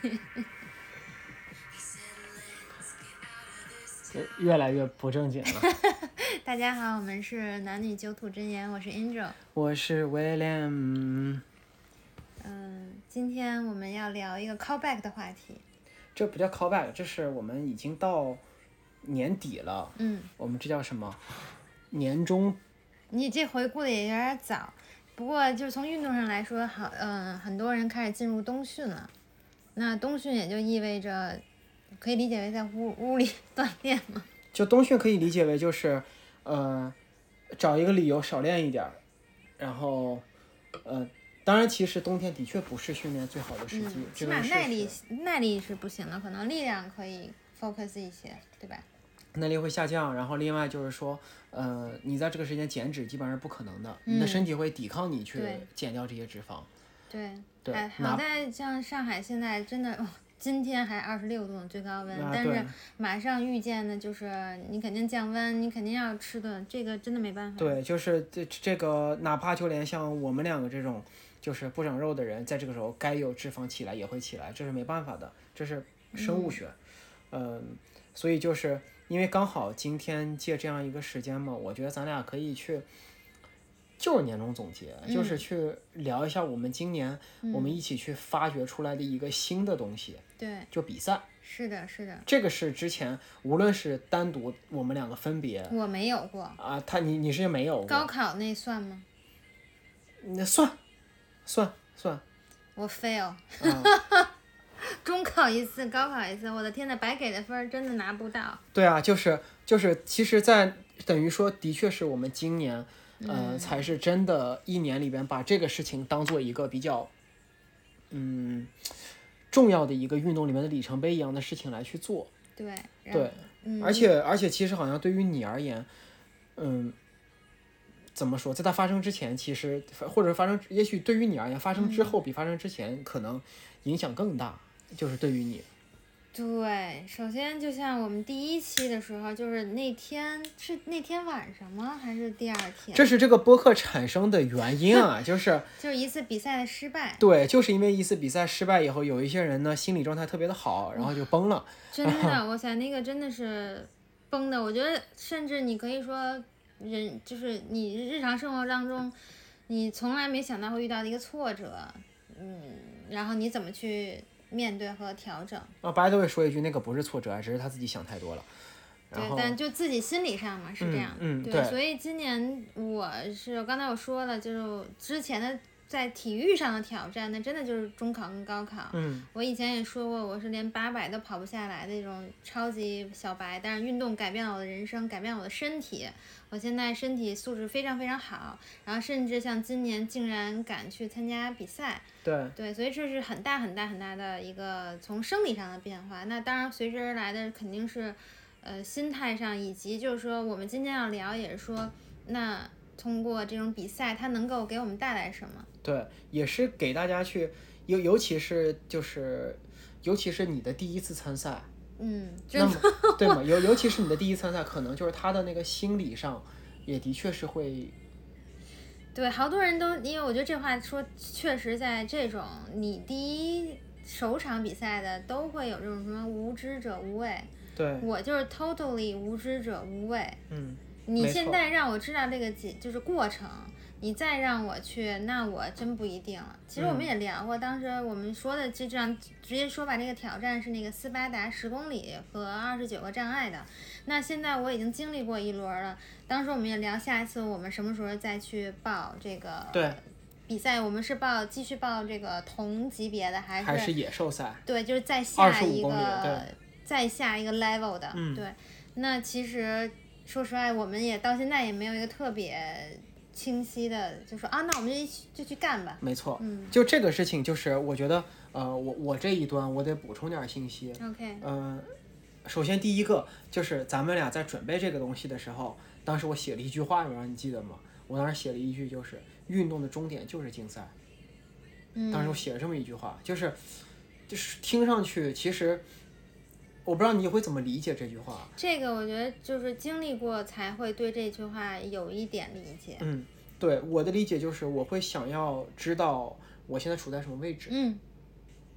越来越不正经了。 大家好，我们是男女九土真言，我是 Angel， 我是 William。 今天我们要聊一个 callback 的话题。 这不叫 callback， 这是我们已经到年底了。我们这叫什么？年终。 你这回顾的也有点早，不过就是从运动上来说，很多人开始进入冬训了。那冬训也就意味着，可以理解为在屋里锻炼吗？ 就冬训可以理解为就是，找一个理由少练一点，然后，当然其实冬天的确不是训练最好的时机。 起码耐力是不行的，可能力量可以 focus 一些，对吧？ 耐力会下降，然后另外就是说，你在这个时间减脂基本上是不可能的，你的身体会抵抗你去减掉这些脂肪。 对，好在像上海现在真的，今天还26度的最高温，但是马上预见的就是你肯定降温，你肯定要吃的，这个真的没办法。 对，就是这个，哪怕就连像我们两个这种就是不长肉的人，在这个时候该有脂肪起来也会起来，这是没办法的，这是生物学。所以就是因为刚好今天借这样一个时间嘛，我觉得咱俩可以去。就是年终总结，就是去聊一下我们今年我们一起去发掘出来的一个新的东西。 对， 就比赛。 是的，是的。 这个是之前无论是单独我们两个分别， 我没有过啊，你是没有过。 高考那算吗？ 那算。 我 fail。中考一次，高考一次，我的天呐，白给的分真的拿不到。 对啊，就是其实在等于说的确是我们今年。才是真的一年里边把这个事情当做一个比较重要的一个运动里面的里程碑一样的事情来去做。 对， 而且其实好像对于你而言，怎么说，在它发生之前，其实或者发生，也许对于你而言，发生之后比发生之前可能影响更大，就是对于你。 对，首先就像我们第一期的时候，就是那天晚上吗？还是第二天？ 这是这个播客产生的原因啊，就是一次比赛的失败。 对，就是因为一次比赛失败以后，有一些人呢心理状态特别的好，然后就崩了。 真的，哇塞，那个真的是崩的。我觉得甚至你可以说，就是你日常生活当中，你从来没想到会遇到的一个挫折，然后你怎么去面对和调整。 白都会说一句，那个不是挫折，只是他自己想太多了。 对，但就自己心理上嘛是这样。 对， 所以今年刚才我说了，就是之前的在体育上的挑战，那真的就是中考跟高考。我以前也说过，我是连800都跑不下来的那种超级小白，但是运动改变了我的人生，改变了我的身体。我现在身体素质非常非常好，然后甚至像今年竟然敢去参加比赛。对，所以这是很大很大很大的一个从生理上的变化。那当然随之而来的肯定是心态上，以及就是说我们今天要聊也是说，那通过这种比赛它能够给我们带来什么。 对，也是给大家去尤其是你的第一次参赛。那么对吗？尤其是你的第一次参赛，可能就是他的那个心理上也的确是会。 对，好多人都因为我觉得这话说确实在这种你第一首场比赛的都会有这种什么无知者无畏。 对， 我就是 totally 无知者无畏。你现在让我知道这个就是过程，你再让我去，那我真不一定了。其实我们也聊过，当时我们说的就这样直接说吧，这个挑战是那个斯巴达10公里和29个障碍的。那现在我已经经历过一轮了，当时我们也聊下一次我们什么时候再去报这个比赛。我们是继续报这个同级别的还是野兽赛？ 对，就是再下一个 level 的。对，那其实说实话，我们也到现在也没有一个特别清晰的，就说那我们就去干吧。 没错，就这个事情，就是我觉得，我这一端我得补充点信息。 OK。 首先第一个就是咱们俩在准备这个东西的时候，当时我写了一句话，你记得吗？我当时写了一句，就是运动的终点就是竞赛。当时我写了这么一句话，就是听上去其实。我不知道你会怎么理解这句话。 这个我觉得就是经历过才会对这句话有一点理解。 对，我的理解就是我会想要知道我现在处在什么位置。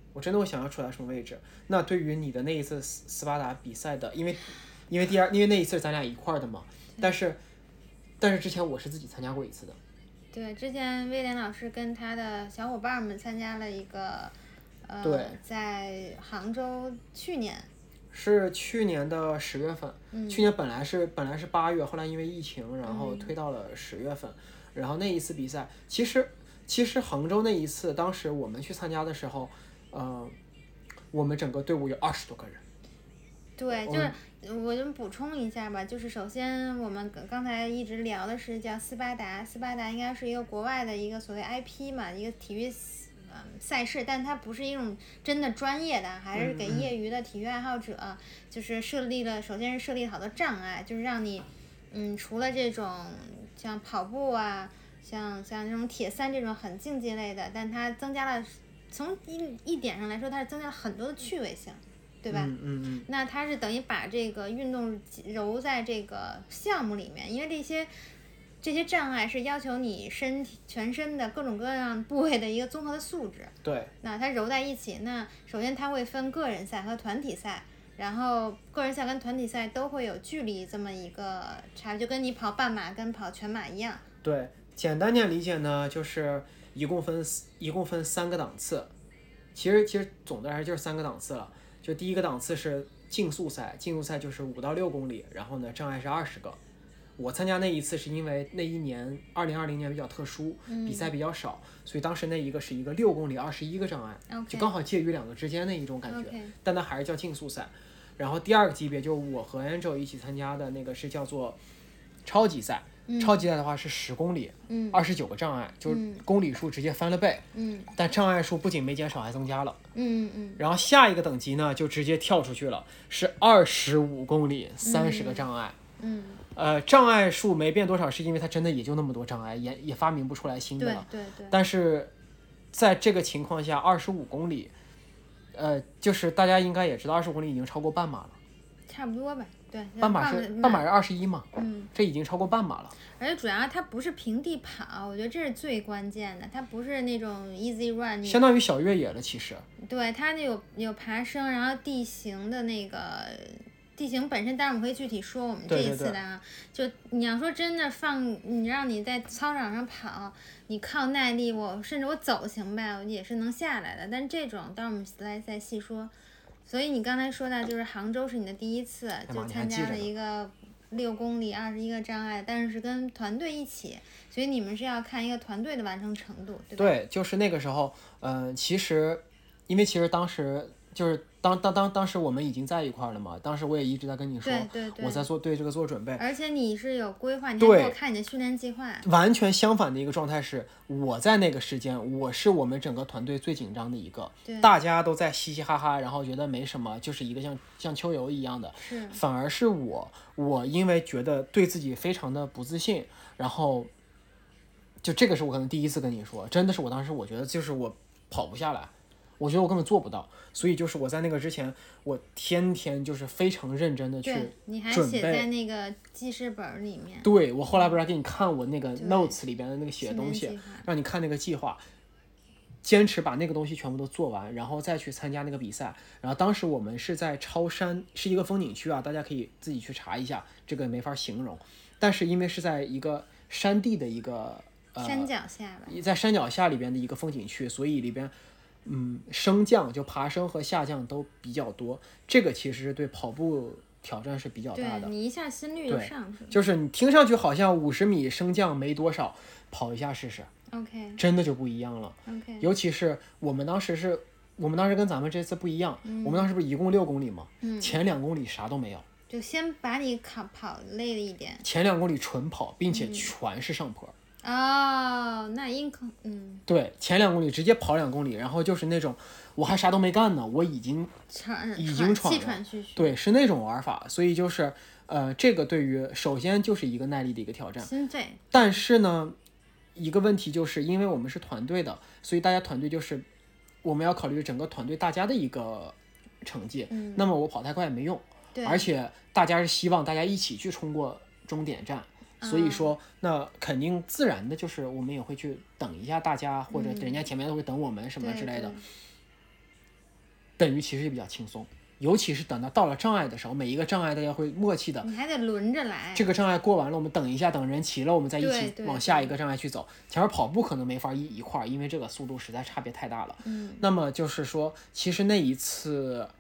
我真的会想要处在什么位置。那对于你的那一次斯巴达比赛的，因为那一次咱俩一块儿的嘛，但是之前我是自己参加过一次的。 对，之前威廉老师跟他的小伙伴们参加了一个， 对， 在杭州，去年的10月份，去年本来是8月，后来因为疫情，然后推到了10月份。然后那一次比赛，其实杭州那一次，当时我们去参加的时候，我们整个队伍有20多个人。 对，就是我就补充一下吧，就是首先我们刚才一直聊的是叫斯巴达应该是一个国外的一个所谓 IP 嘛，一个体育赛事，但它不是一种真的专业的，还是给业余的体育爱好者，就是首先是设立了好多障碍，就是让你除了这种像跑步啊，像这种铁三这种很竞技类的，但它增加了从一点上来说，它是增加了很多的趣味性。对吧？那它是等于把这个运动揉在这个项目里面，因为这些障碍是要求你全身的各种各样部位的一个综合的素质。 对。 那它揉在一起，那首先它会分个人赛和团体赛，然后个人赛跟团体赛都会有距离这么一个差别，就跟你跑半马跟跑全马一样。 对，简单点理解呢，就是一共分3个档次，其实总的来说就是3个档次了。就第一个档次是竞速赛，就是5到6公里，然后呢障碍是20个。我参加那一次是因为那一年2020年比较特殊，比赛比较少，所以当时那一个是一个6公里21个障碍，就刚好介于2个之间的一种感觉，但它还是叫竞速赛。然后第二个级别就我和 Angel 一起参加的那个是叫做超级赛。超级赛的话是10公里，29个障碍，就是公里数直接翻了倍，但障碍数不仅没减少还增加了，然后下一个等级呢就直接跳出去了，是25公里，30个障碍，障碍数没变多少，是因为它真的也就那么多障碍，也发明不出来新的了， 对。 但是在这个情况下，25公里，就是大家应该也知道，25公里已经超过半马了， 差不多吧。对， 半马是21嘛，这已经超过半马了。 而且主要它不是平地跑，我觉得这是最关键的，它不是那种 easy run， 相当于小越野了其实。对， 它有爬升，然后地形本身，当然我们会具体说我们这一次的啊。就你要说真的你让你在操场上跑，你靠耐力，甚至我走行呗，我也是能下来的。但这种，当然我们再细说。所以你刚才说到，就是杭州是你的第一次，就参加了一个6公里21个障碍，但是跟团队一起，所以你们是要看一个团队的完成程度，对吧？ 对，就是那个时候，其实当时就是当时我们已经在一块儿了嘛，当时我也一直在跟你说， 对， 我在对这个做准备， 而且你是有规划，你还给我看你的训练计划。 完全相反的一个状态是，我在那个时间，我是我们整个团队最紧张的一个，大家都在嘻嘻哈哈，然后觉得没什么，就是一个像秋游一样的，反而是我因为觉得对自己非常的不自信，然后就这个是我可能第一次跟你说，真的是我当时我觉得就是我跑不下来，我觉得我根本做不到，所以就是我在那个之前，我天天就是非常认真的去准备。 你还写在那个记事本里面。 对，我后来不是还给你看我那个 notes 里边的那个写的东西，让你看那个计划，坚持把那个东西全部都做完，然后再去参加那个比赛。然后当时我们是在超山，是一个风景区啊，大家可以自己去查一下，这个没法形容。但是因为是在一个山地的一个山脚下吧， 在山脚下里边的一个风景区，所以里边升降就爬升和下降都比较多，这个其实是对跑步挑战是比较大的。 对，你一下心率就上去了。 就是你听上去好像50米升降没多少，跑一下试试 ，OK， 真的就不一样了。 OK， 尤其是我们当时跟咱们这次不一样，我们当时不是一共6公里吗？前2公里啥都没有， 就先把你跑累了一点。 前2公里纯跑，并且全是上坡。 哦，那对，前2公里直接跑2公里，然后就是那种我还啥都没干呢，我已经喘了，对，是那种玩法。所以就是这个对于首先就是一个耐力的一个挑战， 心肺。 但是呢，一个问题就是因为我们是团队的，所以大家团队就是我们要考虑整个团队大家的一个成绩。那么我跑太快也没用，而且大家是希望大家一起去冲过终点站。所以说那肯定自然的就是我们也会去等一下大家，或者人家前面都会等我们什么之类的。 等于其实就比较轻松。尤其是等到了障碍的时候，每一个障碍大家会默契的， 你还得轮着来。 这个障碍过完了，我们等一下，等人齐了，我们再一起往下一个障碍去走。前面跑步可能没法一块儿，因为这个速度实在差别太大了。那么就是说，其实那一次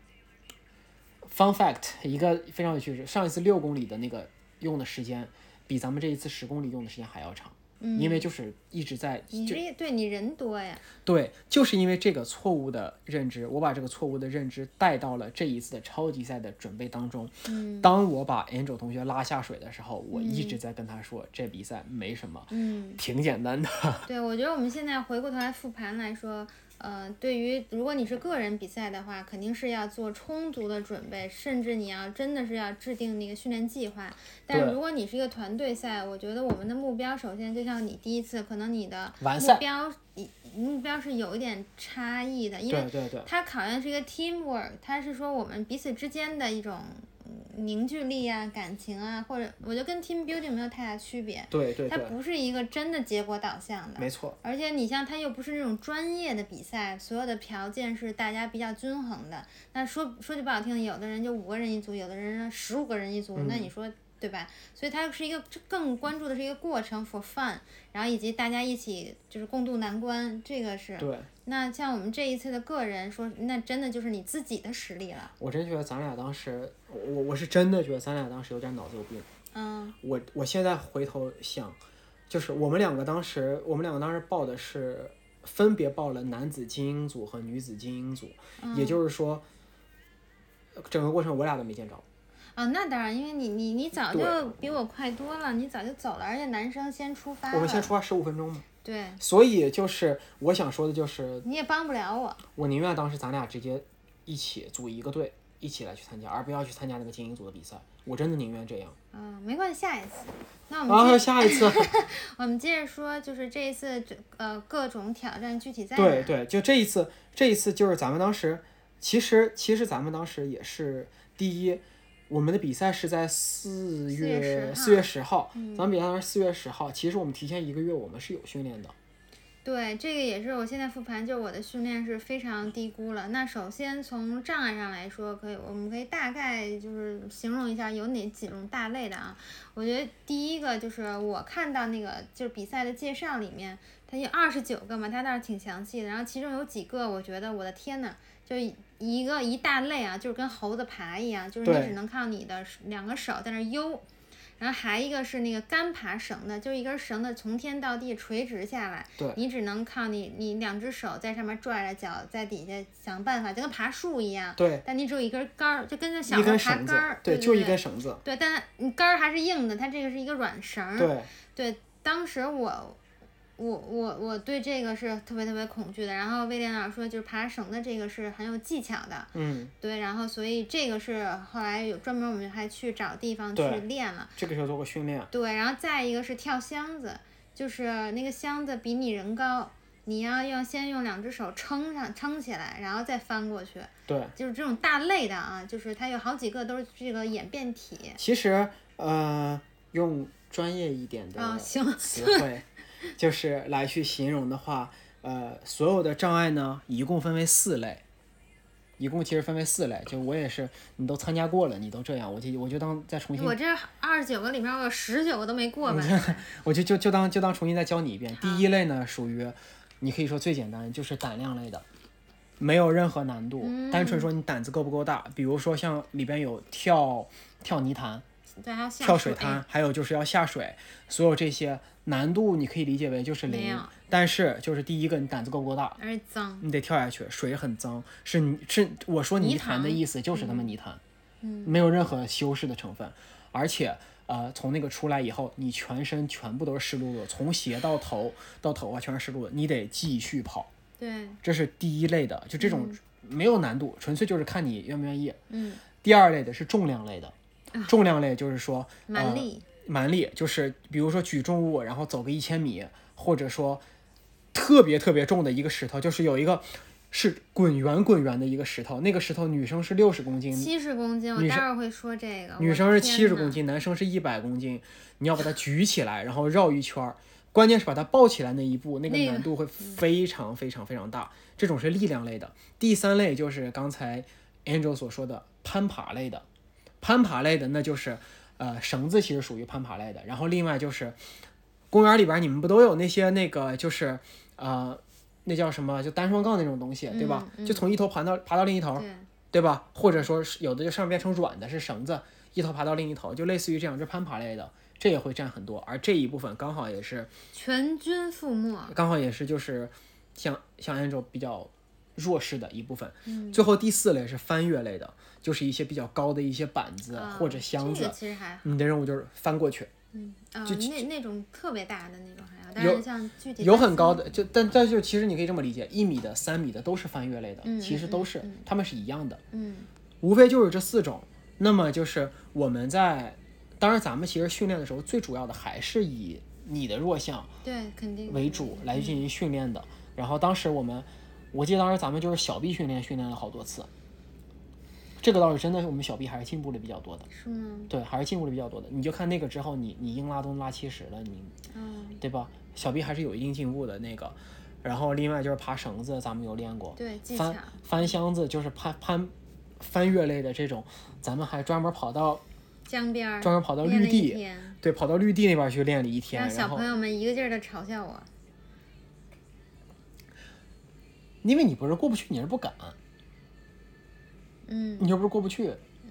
，fun fact 一个非常有趣是，上一次6公里的那个用的时间，比咱们这一次10公里用的时间还要长。因为就是一直在， 对你人多呀。 对，就是因为这个错误的认知，我把这个错误的认知带到了这一次的超级赛的准备当中。当我把 Angel 同学拉下水的时候，我一直在跟他说，这比赛没什么，挺简单的。 对，我觉得我们现在回过头来复盘来说。对于如果你是个人比赛的话，肯定是要做充足的准备，甚至你要真的是要制定那个训练计划。但如果你是一个团队赛，我觉得我们的目标首先就像你第一次，可能你的目标是有一点差异的，因为它考验是一个 teamwork， 它是说我们彼此之间的一种凝聚力啊、感情啊，或者我觉得跟 team building 没有太大区别。 对， 它不是一个真的结果导向的。 没错。 而且你像它又不是那种专业的比赛，所有的条件是大家比较均衡的。那说句不好听，有的人就5个人一组，有的人15个人一组，那你说对吧？所以它是一个更关注的是一个过程 for fun， 然后以及大家一起就是共度难关，这个是。 对。 那像我们这一次的个人说，那真的就是你自己的实力了。 我真觉得咱俩当时，我是真的觉得咱俩当时有点脑子有病。我现在回头想，就是我们两个当时报的是分别报了男子精英组和女子精英组，也就是说，整个过程我俩都没见着。 那当然，因为你早就比我快多了，你早就走了，而且男生先出发了。 我们先出发15分钟嘛。 对。 所以就是我想说的就是， 你也帮不了我。 我宁愿当时咱俩直接一起组一个队，一起来去参加，而不要去参加那个精英组的比赛。我真的宁愿这样。 没关系，下一次。那我们下一次。 我们接着说，就是这一次各种挑战具体在哪？对，就这一次就是咱们当时，其实咱们当时也是第一。我们的比赛是在4月10号，咱们比赛是4月10号。其实我们提前1个月，我们是有训练的。 对，这个也是我现在复盘，就我的训练是非常低估了。那首先从障碍上来说，我们可以大概就是形容一下有哪几种大类的啊。我觉得第一个就是我看到那个就是比赛的介绍里面，它有29个嘛，它倒是挺详细的。然后其中有几个，我觉得我的天呐，就一大类啊，就是跟猴子爬一样，就是你只能靠你的2个手在那悠。然后还一个是那个干爬绳的，就是一根绳子从天到地垂直下来，你只能靠你2只手在上面拽着，脚在底下想办法，就跟爬树一样。 对。 但你只有一根杆儿，就跟那小时候爬杆儿。 对，就一根绳子。 对，但你杆儿还是硬的，它这个是一个软绳。对，当时我对这个是特别特别恐惧的，然后威廉老师说就是爬绳的这个是很有技巧的，对，然后所以这个是后来有专门我们还去找地方去练了， 这个时候做过训练， 对，然后再一个是跳箱子，就是那个箱子比你人高，你要先用2只手撑起来，然后再翻过去， 对， 就是这种大类的啊，就是它有好几个都是这个演变体。 其实用专业一点的词汇。就是来去形容的话，所有的障碍呢，一共分为4类，其实分为4类。就我也是，你都参加过了，你都这样，我就当再重新。 我这29个里面，我有19个都没过吧？ 我就当重新再教你一遍。第一类呢，属于你可以说最简单，就是胆量类的，没有任何难度，单纯说你胆子够不够大。比如说像里边有跳泥潭。跳水滩，还有就是要下水，所有这些难度你可以理解为就是0，但是就是第一个你胆子够不够大， 而且脏， 你得跳下去，水很脏，是我说泥潭的意思就是他们泥潭，没有任何修饰的成分，而且从那个出来以后，你全身全部都是湿漉漉，从鞋到头发全是湿漉漉，你得继续跑， 对， 这是第一类的，就这种没有难度，纯粹就是看你愿不愿意。第二类的是重量类的。重量类就是说蛮力就是比如说举重物，然后走个1000米，或者说特别特别重的一个石头，就是有一个是滚圆的一个石头，那个石头女生是60公斤 70公斤，我待会儿会说这个， 女生是70公斤，男生是100公斤，你要把它举起来然后绕一圈， 关键是把它抱起来那一步，那个难度会非常非常非常大。这种是力量类的。第3类就是刚才 Angel 所说的攀爬类的。攀爬类的那就是绳子其实属于攀爬类的。然后另外就是公园里边你们不都有那些那个就是那叫什么就单双杠那种东西，对吧？就从一头爬到另一头，对吧？或者说有的就上面变成软的，是绳子一头爬到另一头，就类似于这样，这攀爬类的。这也会占很多，而这一部分刚好也是全军覆没， 刚好也是就是像 Angel 比较弱势的一部分。最后第4类是翻越类的，就是一些比较高的一些板子或者箱子， 这个其实还好， 你的任务就是翻过去。 那种特别大的那种还好，但是像具体有很高的，但就其实你可以这么理解，1米的、3米的都是翻越类的，其实都是他们是一样的，无非就是这4种。那么就是我们在。当然咱们其实训练的时候最主要的还是以你的弱项为主来进行训练的。然后当时我记得当时咱们就是小臂训练了好多次，这个倒是真的是我们小臂还是进步的比较多的。 是吗？ 对，还是进步的比较多的。你就看那个之后你硬拉东拉70了，对吧？小臂还是有一定进步的那个。然后另外就是爬绳子咱们有练过， 对，技巧。 翻箱子就是翻越类的这种，咱们还专门跑到江边， 专门跑到绿地，对，跑到绿地那边去练了1天， 让小朋友们一个劲儿的嘲笑我， 因为你不是过不去，你是不敢，你又不是过不去，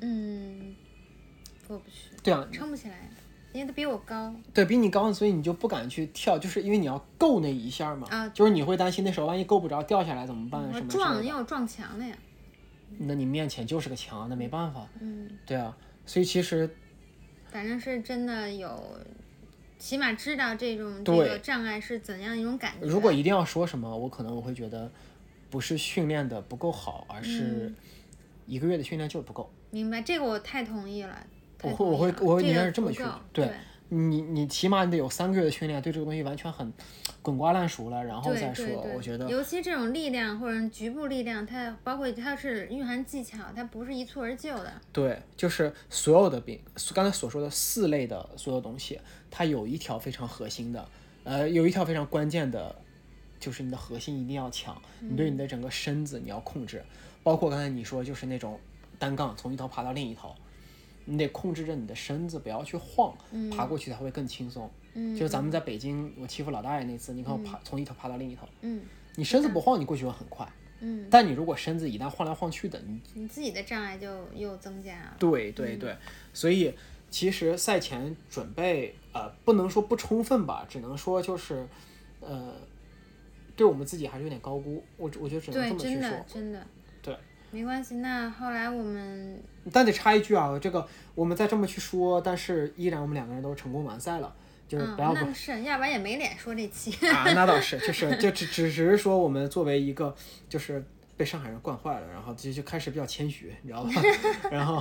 过不去， 对啊， 撑不起来，因为他比我高， 对比你高，所以你就不敢去跳，就是因为你要够那一下嘛，就是你会担心那时候万一够不着掉下来怎么办？什么撞要撞墙了呀， 那你面前就是个墙，那没办法，对啊。所以其实， 反正是真的有，起码知道这个障碍是怎样一种感觉。 如果一定要说什么，我会觉得，不是训练的不够好，而是1个月的训练就是不够。 明白，这个我太同意了。 我会应该是这么去， 对。 你起码你得有3个月的训练，对这个东西完全很滚瓜烂熟了，然后再说。我觉得， 尤其这种力量或者局部力量，它包括它是蕴含技巧，它不是一蹴而就的。 对，就是所有的刚才所说的4类的所有东西，它有一条非常核心的，有一条非常关键的，就是你的核心一定要强，你对你的整个身子你要控制，包括刚才你说就是那种单杠从一头爬到另一头。你得控制着你的身子不要去晃，爬过去才会更轻松。就是咱们在北京我欺负老大爷那次，你看我从一头爬到另一头，你身子不晃你过去会很快，但你如果身子一旦晃来晃去的， 你自己的障碍就又增加了。 对，所以其实赛前准备不能说不充分吧，只能说就是对我们自己还是有点高估，我觉得只能这么去说。 真的对， 没关系。那后来我们但得插一句啊，这个我们再这么去说，但是依然我们2个人都是成功完赛了，就是不要那是，要不然也没脸说这期那倒是，就只是说我们作为一个就是被上海人惯坏了，然后就开始比较谦虚，你知道吧？然后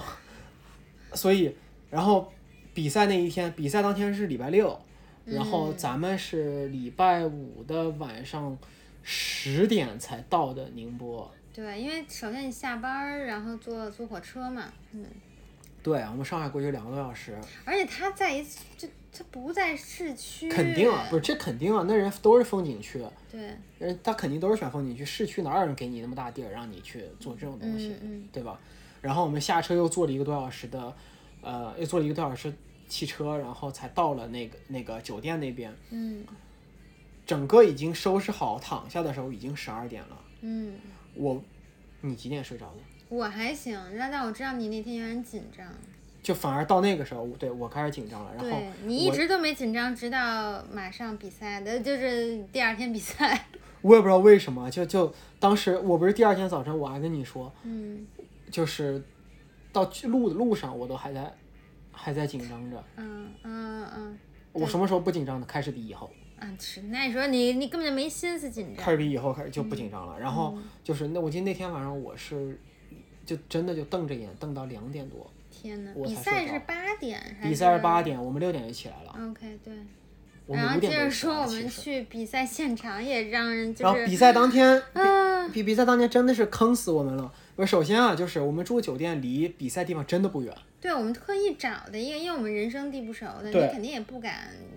比赛那一天，比赛当天是礼拜6，然后咱们是礼拜5的晚上10点才到的宁波。 对，因为首先你下班，然后坐火车嘛， 对，我们上海过去2个多小时。 而且他他不在市区。 肯定啊，不是这肯定啊，那人都是风景区。 对。 人他肯定都是选风景区，市区哪有人给你那么大地儿让你去做这种东西，对吧？然后我们下车又坐了1个多小时的，又坐了1个多小时汽车，然后才到了那个酒店那边。整个已经收拾好躺下的时候已经12点了。你几点睡着的？ 我还行，但我知道你那天有点紧张。 就反而到那个时候，对我开始紧张了。然后你一直都没紧张，直到马上比赛的，就是第2天比赛。 我也不知道为什么，就当时我不是第2天早晨我还跟你说，就是到路上我都还在紧张着。我什么时候不紧张的？开始比以后。 是，那你说你根本就没心思紧张。 开始比以后开始就不紧张了，然后就是我记得那天晚上我是就真的就瞪着眼瞪到2点多。 天哪！比赛是8点。 比赛是8点，我们6点就起来了。 OK， 对。 然后接着说，我们去比赛现场也让人就是。 然后比赛当天，比赛当天真的是坑死我们了。首先啊，就是我们住酒店离比赛地方真的不远。 对，我们特意找的，因为我们人生地不熟的，你肯定也不敢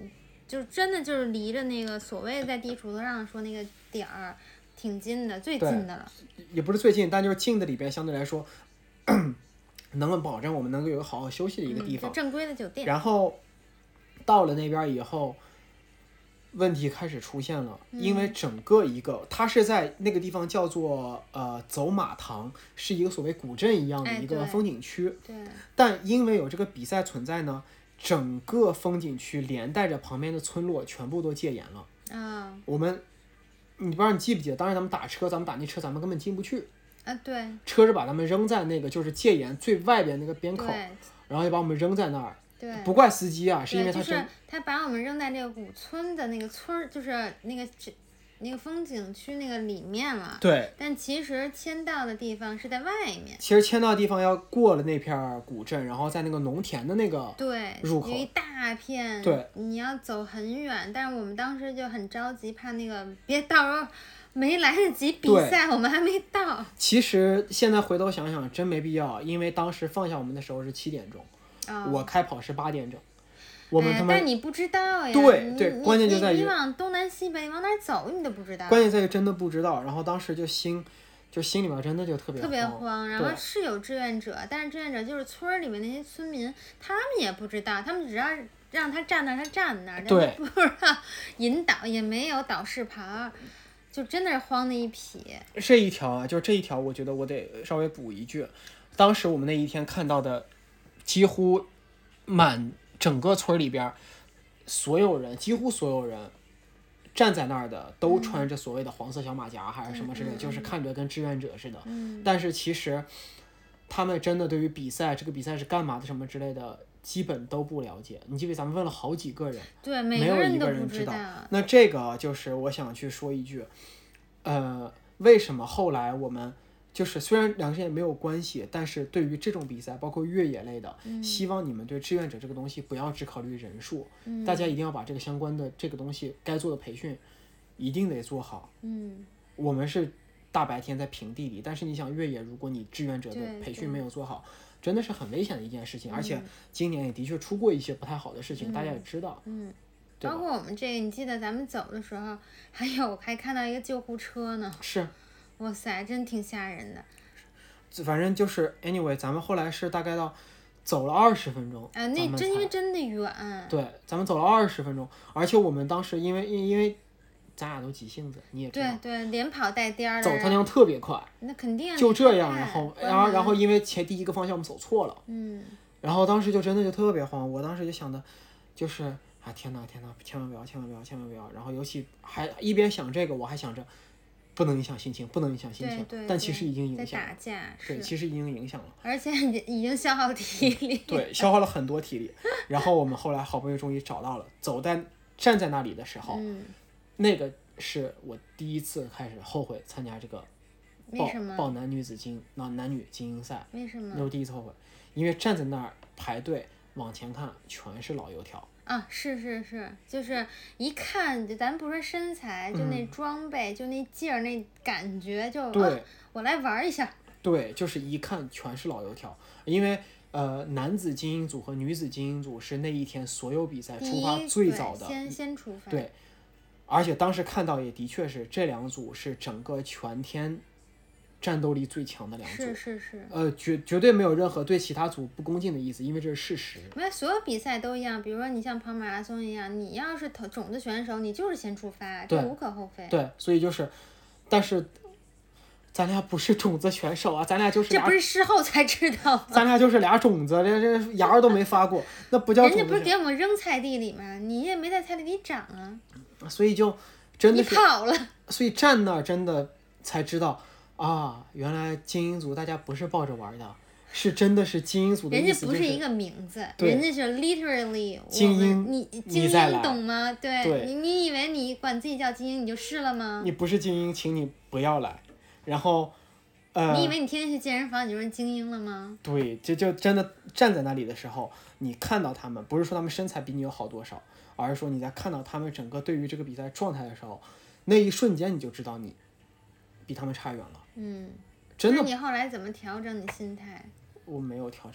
就真的就是离着那个所谓在地图上说那个点儿挺近的，最近的了。 也不是最近，但就是近的里边相对来说，能够保证我们能够有好好休息的一个地方， 正规的酒店。 然后到了那边以后，问题开始出现了，因为整个一个它是在那个地方叫做走马塘，是一个所谓古镇一样的一个风景区。 对。 但因为有这个比赛存在呢，整个风景区连带着旁边的村落全部都戒严了。 啊。 你不知道你记不记得，当时咱们打车，咱们打那车，咱们根本进不去。 啊，对。 车是把他们扔在那个就是戒严最外边那个边口，然后就把我们扔在那儿。 对。 不怪司机啊，是因为就是他把我们扔在这个古村的那个村，就是那个风景区那个里面了。 对。 但其实签到的地方是在外面。 其实签到的地方要过了那片古镇，然后在那个农田的那个入口， 有一大片。 对。 你要走很远，但是我们当时就很着急，怕那个别到时候没来得及比赛，我们还没到。 其实现在回头想想，真没必要，因为当时放下我们的时候是7点钟，我开跑是8点整。我们他妈， 但你不知道呀。 对，关键就在于你往东南西北，你往哪走你都不知道。 关键在于真的不知道，然后当时就心里面真的就特别慌。然后是有志愿者，但是志愿者就是村里面那些村民，他们也不知道，他们只要让他站那儿，他站那儿， 对， 不知道引导，也没有导示牌，就真的是慌的一匹。 这一条啊，就这一条，我觉得我得稍微补一句，当时我们那一天看到的，几乎整个村里边，几乎所有人站在那儿的都穿着所谓的黄色小马甲还是什么之类，就是看着跟志愿者似的。但是其实他们真的对于这个比赛是干嘛的什么之类的，基本都不了解。你记不记得咱们问了好几个人， 对， 没有一个人知道。那这个就是我想去说一句，为什么后来我们就是虽然两个之间没有关系，但是对于这种比赛，包括越野类的，希望你们对志愿者这个东西不要只考虑人数，大家一定要把这个相关的这个东西该做的培训一定得做好。我们是大白天在平地里，但是你想越野，如果你志愿者的培训没有做好，真的是很危险的一件事情。而且今年也的确出过一些不太好的事情，大家也知道。 包括我们这个，你记得咱们走的时候，还看到一个救护车呢。 是。 哇塞，真挺吓人的。 反正就是 anyway， 咱们后来是大概走了20分钟。 那因为真的远。 对，咱们走了20分钟，而且我们当时因为咱俩都急性子，你也知道。 对，连跑带颠的。 走他娘特别快。 那肯定。 就这样，然后因为第一个方向我们走错了。然后当时就真的就特别慌，我当时就想的，就是啊天哪，千万不要！然后尤其还一边想这个，我还想着。不能影响心情， 对， 但其实已经影响了。 在打架。 对，其实已经影响了。 而且已经消耗体力。 对，消耗了很多体力。然后我们后来好不容易终于找到了，站在那里的时候，那个是我第一次开始后悔参加这个报男女精英赛。 为什么？ 那是第一次后悔，因为站在那儿排队往前看，全是老油条。 是，就是一看，咱不说身材，就那装备，就那劲儿，那感觉，就对， 我来玩一下。 对，就是一看全是老油条，因为男子精英组和女子精英组是那一天所有比赛出发最早的， 先出发。 对，而且当时看到也的确是这两组是整个全天战斗力最强的两组。 是。 绝对没有任何对其他组不恭敬的意思，因为这是事实。 那所有比赛都一样，比如说你像跑马拉松一样，你要是种子选手，你就是先出发，这无可厚非。 对，所以就是，但是咱俩不是种子选手啊，咱俩就是这不是事后才知道吗？ 咱俩就是俩种子，这芽都没发过，那不叫种子。 人家不是给我们扔菜地里吗？你也没在菜地里长啊。 所以就真的是你跑了。 所以站那儿真的才知道。原来精英组大家不是抱着玩的，是真的是精英组的意思。 人家不是一个名字，人家是 literally 精英。 你精英懂吗？对，你以为你管自己叫精英你就是了吗？ 你不是精英，请你不要来。然后， 你以为你天天去健身房你就是精英了吗？ 对，就真的站在那里的时候，你看到他们，不是说他们身材比你有好多少，而是说你在看到他们整个对于这个比赛状态的时候，那一瞬间你就知道你比他们差远了。真的。 那你后来怎么调整你心态？ 我没有调整。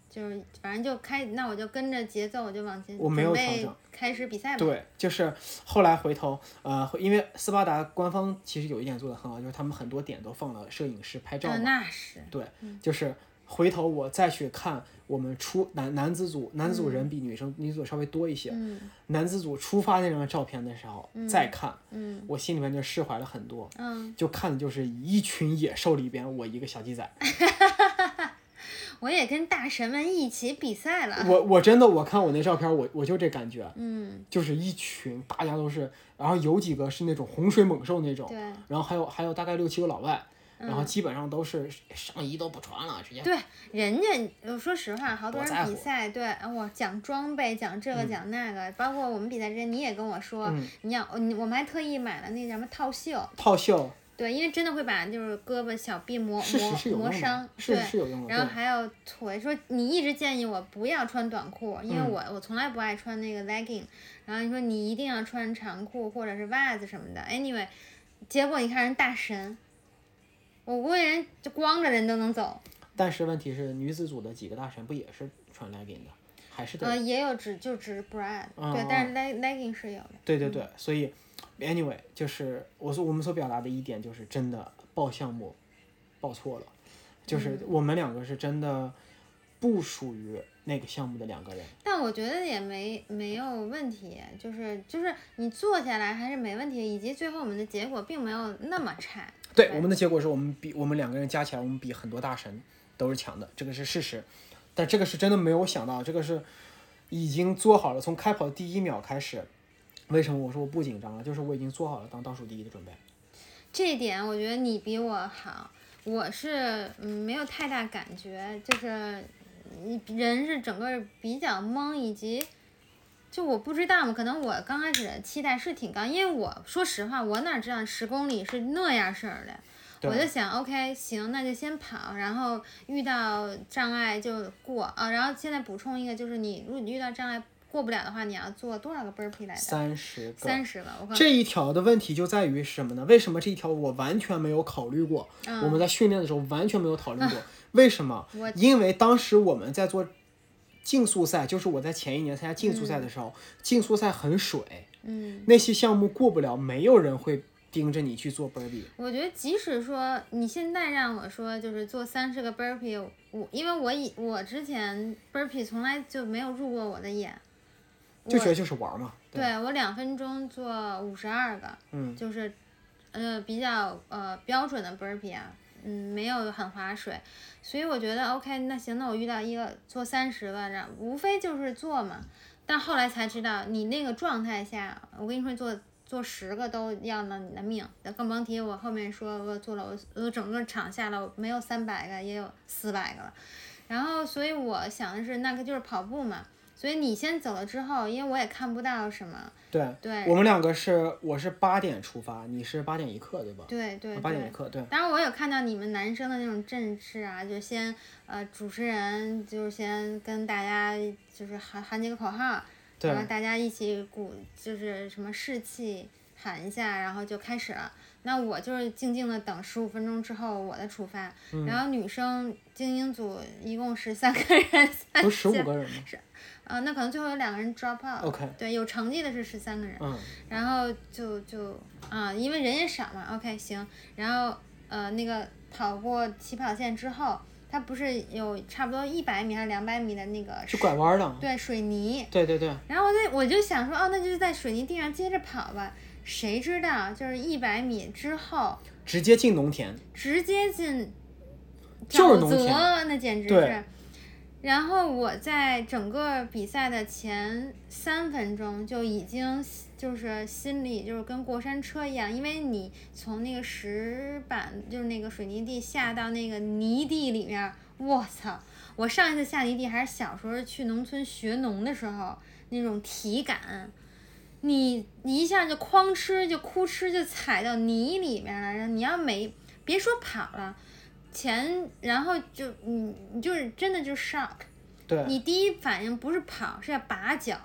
就是反正就那我就跟着节奏我就往前， 我没有调整， 开始比赛吧。 对，就是后来回头因为斯巴达官方其实有一点做得很好，就是他们很多点都放了摄影师拍照嘛。 那是。 对，就是回头我再去看我们男子组人比女子组稍微多一些，男子组出发那张照片的时候，再看，我心里面就释怀了很多，就看的就是一群野兽里边我一个小鸡仔。 我也跟大神们一起比赛了。 我真的我看我那照片，我就这感觉，就是一群大家都是，然后有几个是那种洪水猛兽那种， 对， 然后还有大概6-7个老外。然后基本上都是上衣都不穿了，直接。 对，人家说实话，好多人比赛，对，我讲装备，讲这个讲那个，包括我们比赛之前你也跟我说，我们还特意买了那个什么套袖。对，因为真的会把就是胳膊小臂磨伤，对， 是有用的。 然后还有腿，说你一直建议我不要穿短裤，因为我从来不爱穿那个 legging，然后你说你一定要穿长裤或者是袜子什么的 ，anyway， 结果你看人大神。我估计人就光着人都能走， 但是问题是女子组的几个大神不也是穿 legging 的，还是得也有只 bra，对，但是 legging 是有的。 对，所以 anyway 就是我们所表达的一点就是真的报项目报错了，就是我们两个是真的不属于那个项目的2个人。 但我觉得也没有问题，就是你做下来还是没问题，以及最后我们的结果并没有那么差。 对，我们的结果是我们2个人加起来，我们比很多大神都是强的，这个是事实。但这个是真的没有想到，这个是已经做好了，从开跑第1秒开始。为什么我说我不紧张了？就是我已经做好了当倒数第1的准备。 这一点我觉得你比我好，我是没有太大感觉，就是人是整个比较懵，以及就我不知道嘛，可能我刚开始的期待是挺高，因为我说实话，我哪知道10公里是那样式儿的，我就想 OK 行，那就先跑，然后遇到障碍就过啊。然后现在补充一个，就是你如果你遇到障碍过不了的话，你要做多少个 burpee 来的 ？30 个。 这一条的问题就在于什么呢？为什么这一条我完全没有考虑过？我们在训练的时候完全没有讨论过。为什么？因为当时我们在做竞速赛，就是我在前一年参加竞速赛的时候，竞速赛很水，那些项目过不了，没有人会盯着你去做 burpee。 我觉得即使说你现在让我说就是做30个 burpee，因为我之前 burpee 从来就没有入过我的眼， 就觉得就是玩嘛。 对，我2分钟做52个，就是比较标准的 burpee 啊。没有很划水，所以我觉得 OK， 那行，那我遇到一个做30个，然后无非就是做嘛。但后来才知道，你那个状态下，我跟你说做10个都要了你的命，更甭提我后面说我做了，我整个场下了没有300个，也有400个了。然后，所以我想的是，那个就是跑步嘛。所以你先走了之后，因为我也看不到什么。 对，我们2个我是8点出发，你是8点一刻，对吧？ 对 ，8点一刻，对。 当然我有看到你们男生的那种阵势啊，就先主持人就是先跟大家就是喊几个口号，然后大家一起就是什么士气喊一下，然后就开始了。那我就是静静的等15分钟之后我的出发，然后女生精英组一共13个人， 不是15个人吗？ 是。那可能最后有2个人 drop out， 对，有成绩的是13个人，然后就因为人也少嘛 ，OK 行，然后那个跑过起跑线之后，它不是有差不多100米还是200米的那个是拐弯的， 对，水泥， 对， 然后我就想说，那就是在水泥地上接着跑吧，谁知道就是100米之后直接进农田， 直接进就是农田， 那简直是。然后我在整个比赛的前3分钟就已经就是心里就是跟过山车一样，因为你从那个石板就是那个水泥地下到那个泥地里面，我操！我上一次下泥地还是小时候去农村学农的时候那种体感，你一下就哐哧就哭哧就踩到泥里面了，然后你要别说跑了。然后就你就是真的就 shock， 对， 你第一反应不是跑，是要拔脚，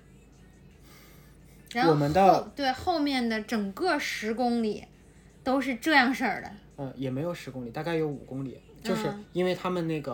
然后后面的整个10公里都是这样式儿的。 也没有10公里，大概有5公里，就是因为他们那个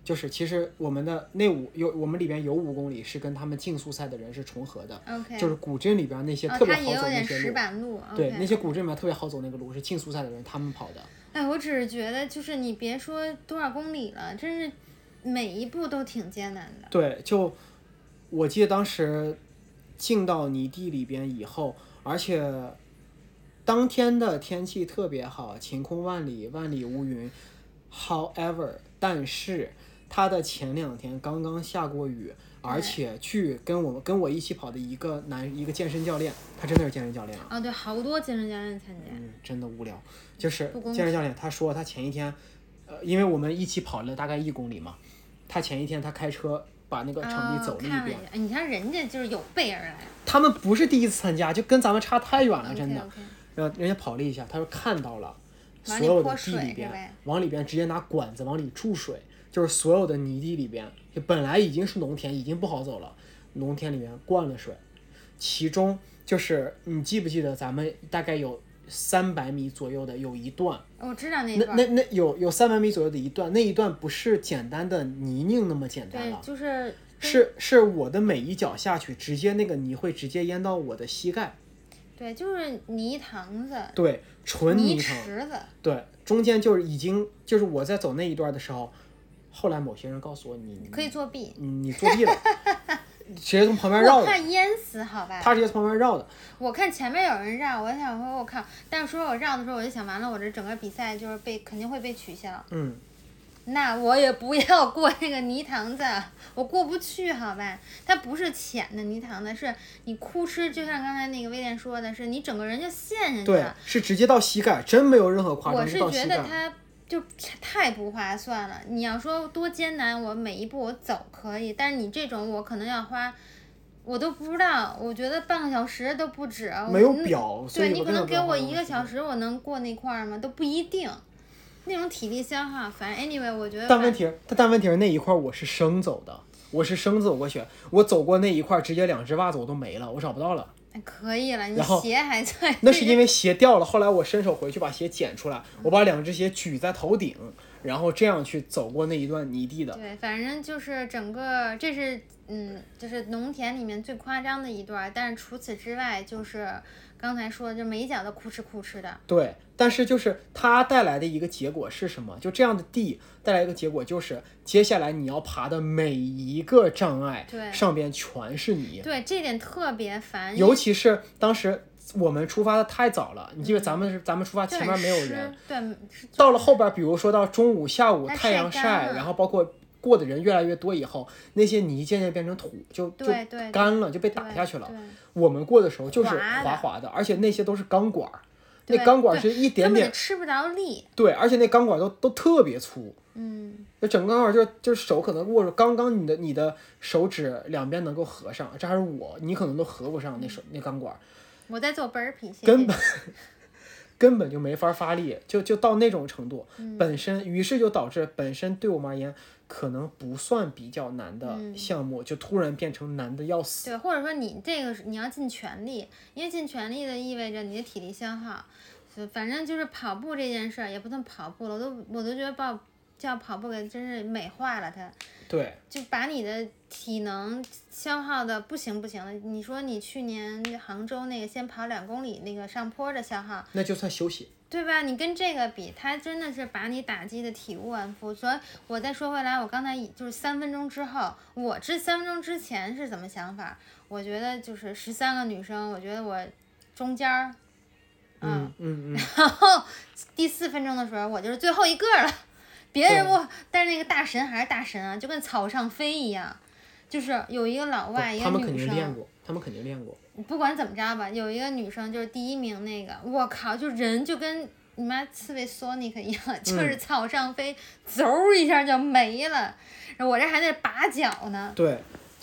就是其实我们的我们里边有5公里是跟他们竞速赛的人是重合的， OK， 就是古镇里边那些特别好走那些石板路， 对，那些古镇里面特别好走那个路是竞速赛的人他们跑的。 哎，我只是觉得就是你别说多少公里了，真是每一步都挺艰难的。 对，就我记得当时进到泥地里边以后，而且当天的天气特别好，晴空万里，万里无云。However， 但是他的前2天刚刚下过雨，而且去跟我一起跑的一个健身教练，他真的是健身教练啊。 哦，对，好多健身教练参加。 真的无聊。就是健身教练，他说他前一天，因为我们一起跑了大概1公里嘛，他前一天他开车把那个场地走了一遍。 你看人家就是有备而来。 他们不是第一次参加，就跟咱们差太远了，真的。 Okay. 然后人家跑了一下，他说看到了所有的地里边，往里边直接拿管子往里注水，就是所有的泥地里边，本来已经是农田，已经不好走了，农田里面灌了水。其中就是你记不记得咱们大概有300米左右的有一段， 我知道那段， 那有300米左右的一段，那一段不是简单的泥泞那么简单了， 对， 是我的每一脚下去，直接那个泥会直接淹到我的膝盖。 对，就是泥塘子。 对，纯泥塘。 泥池子。 对，中间就是我在走那一段的时候，后来某些人告诉我你可以作弊， 你作弊了，直接从旁边绕的。 我怕淹死，好吧。 他直接从旁边绕的。我看前面有人绕，我想说我靠，但是说我绕的时候，我就想完了，我这整个比赛就是肯定会被取消。那我也不要过那个泥塘子，我过不去，好吧？它不是浅的泥塘子，是你哭哧，就像刚才那个威廉说的，是你整个人就陷下去了。 对，是直接到膝盖，真没有任何夸张。 我是觉得它就太不划算了。你要说多艰难，我每一步我走可以，但是你这种我可能要花，我都不知道，我觉得半个小时都不止。 没有表， 对，你可能给我1个小时，我能过那块吗？都不一定。那种体力消耗，反正 anyway， 我觉得。但问题是那一块我是生走的，我是生走过去，我走过那一块，直接2只袜子我都没了，我找不到了。 可以了，你鞋还在。 那是因为鞋掉了，后来我伸手回去把鞋捡出来，我把2只鞋举在头顶，然后这样去走过那一段泥地的。 对，反正就是整个这是就是农田里面最夸张的一段，但是除此之外就是刚才说的，就每一脚都哭哧哭哧的。 对，但是就是它带来的一个结果是什么？就这样的地带来一个结果就是接下来你要爬的每一个障碍， 对， 上边全是泥。 对，这点特别烦。 尤其是当时我们出发的太早了，你记得咱们出发前面没有人， 对， 到了后边，比如说到中午、下午太阳晒，然后包括过的人越来越多以后，那些泥渐渐变成土，就干了，就被打下去了。我们过的时候就是滑滑的，而且那些都是钢管，那钢管是一点点吃不着力。 对，而且那钢管都特别粗。那整个钢管就是手可能握着刚刚你的手指2边能够合上，这还是你可能都合不上那钢管。 我在做burpee， 根本就没法发力，就到那种程度。本身于是就导致本身对我们而言可能不算比较难的项目，就突然变成难的要死。 对，或者说你这个你要尽全力，因为尽全力的意味着你的体力消耗。反正就是跑步这件事儿也不算跑步了，我都觉得叫跑步给真是美化了它。 对， 就把你的体能消耗的不行的。你说你去年杭州那个先跑2公里那个上坡的消耗， 那就算休息， 对吧？你跟这个比，它真的是把你打击的体无完肤。所以我再说回来，我刚才就是3分钟之后，我这3分钟之前是怎么想法？我觉得就是13个女生，我觉得我中间儿，然后第4分钟的时候，我就是最后一个了。别人但是那个大神还是大神啊，就跟草上飞一样，就是有一个老外，一个女生，他们肯定练过。 不管怎么着吧，有一个女生就是第1名那个，我靠，就人就跟你妈刺猬 Sonic 一样，就是草上飞，嗖一下就没了，我这还在拔脚呢。 对，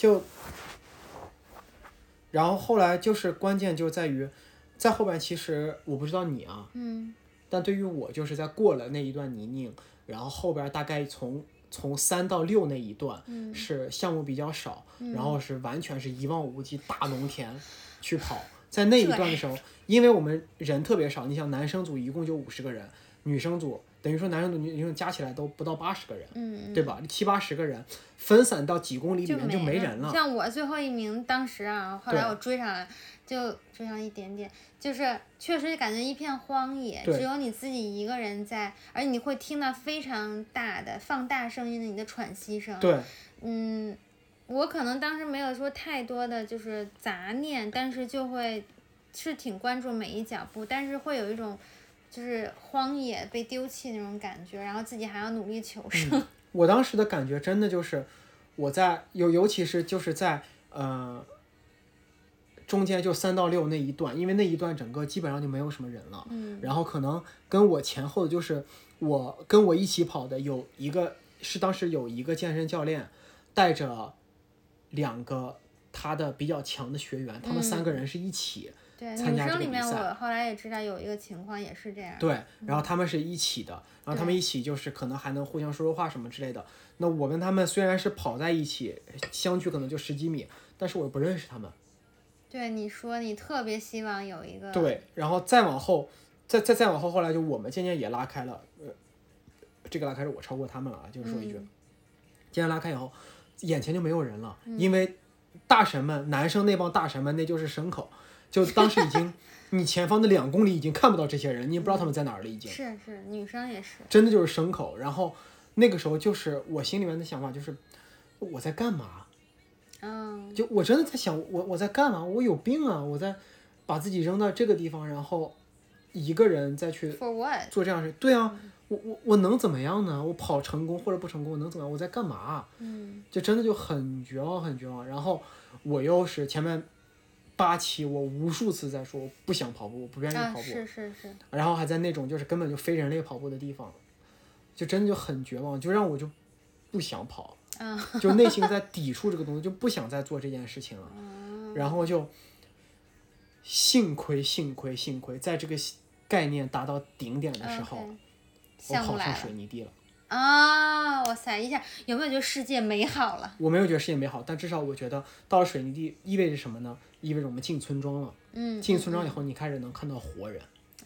然后后来就是关键就在于，在后边其实我不知道你啊，但对于我就是在过了那一段泥泞。然后后边大概从3到6那一段是项目比较少，然后是完全是一望无际大农田去跑。在那一段的时候，因为我们人特别少，你想男生组一共就50个人，女生组等于说男生女生加起来都不到80个人，对吧？70-80个人分散到几公里里面就没人了。 像我最后一名，当时啊，后来我追上来，就追上一点点，就是确实感觉一片荒野，只有你自己一个人在，而你会听到非常大的放大声音的你的喘息声。 对， 我可能当时没有说太多的就是杂念，但是就会是挺关注每一脚步，但是会有一种就是荒野被丢弃那种感觉，然后自己还要努力求生。 我当时的感觉真的就是我在尤其是就是在中间就3到6那一段，因为那一段整个基本上就没有什么人了，然后可能跟我前后就是跟我一起跑的当时有一个健身教练带着2个他的比较强的学员，他们3个人是一起参加这个比赛。 女生里面我后来也知道有一个情况也是这样。 对，然后他们是一起的，然后他们一起就是可能还能互相说话什么之类的。那我跟他们虽然是跑在一起，相距可能就10几米，但是我不认识他们。 对，你说你特别希望有一个。 对，然后再往后，再往后，后来就我们渐渐也拉开了，这个拉开是我超过他们了啊，就是说一句，渐渐拉开以后，眼前就没有人了，因为大神们，男生那帮大神们那就是牲口，就当时已经你前方的2公里已经看不到这些人，你也不知道他们在哪儿了，已经。 是，女生也是。 真的就是牲口，然后那个时候就是我心里面的想法就是我在干嘛？就我真的在想我在干嘛？我有病啊！我在把自己扔到这个地方，然后一个人再去做这样的事。对啊，我能怎么样呢？我跑成功或者不成功，我能怎么样？我在干嘛？就真的就很绝望，很绝望。然后我又是前面8期，我无数次在说我不想跑步，我不愿意跑步。 是。 然后还在那种就是根本就非人类跑步的地方，就真的就很绝望，就让我就不想跑。就内心在抵触这个东西，就不想再做这件事情了。然后就幸亏在这个概念达到顶点的时候，我跑上水泥地了。 哇塞，一下有没有觉得世界美好了？ 我没有觉得世界美好，但至少我觉得到了水泥地意味着什么呢？意味着我们进村庄了。进村庄以后，你开始能看到活人。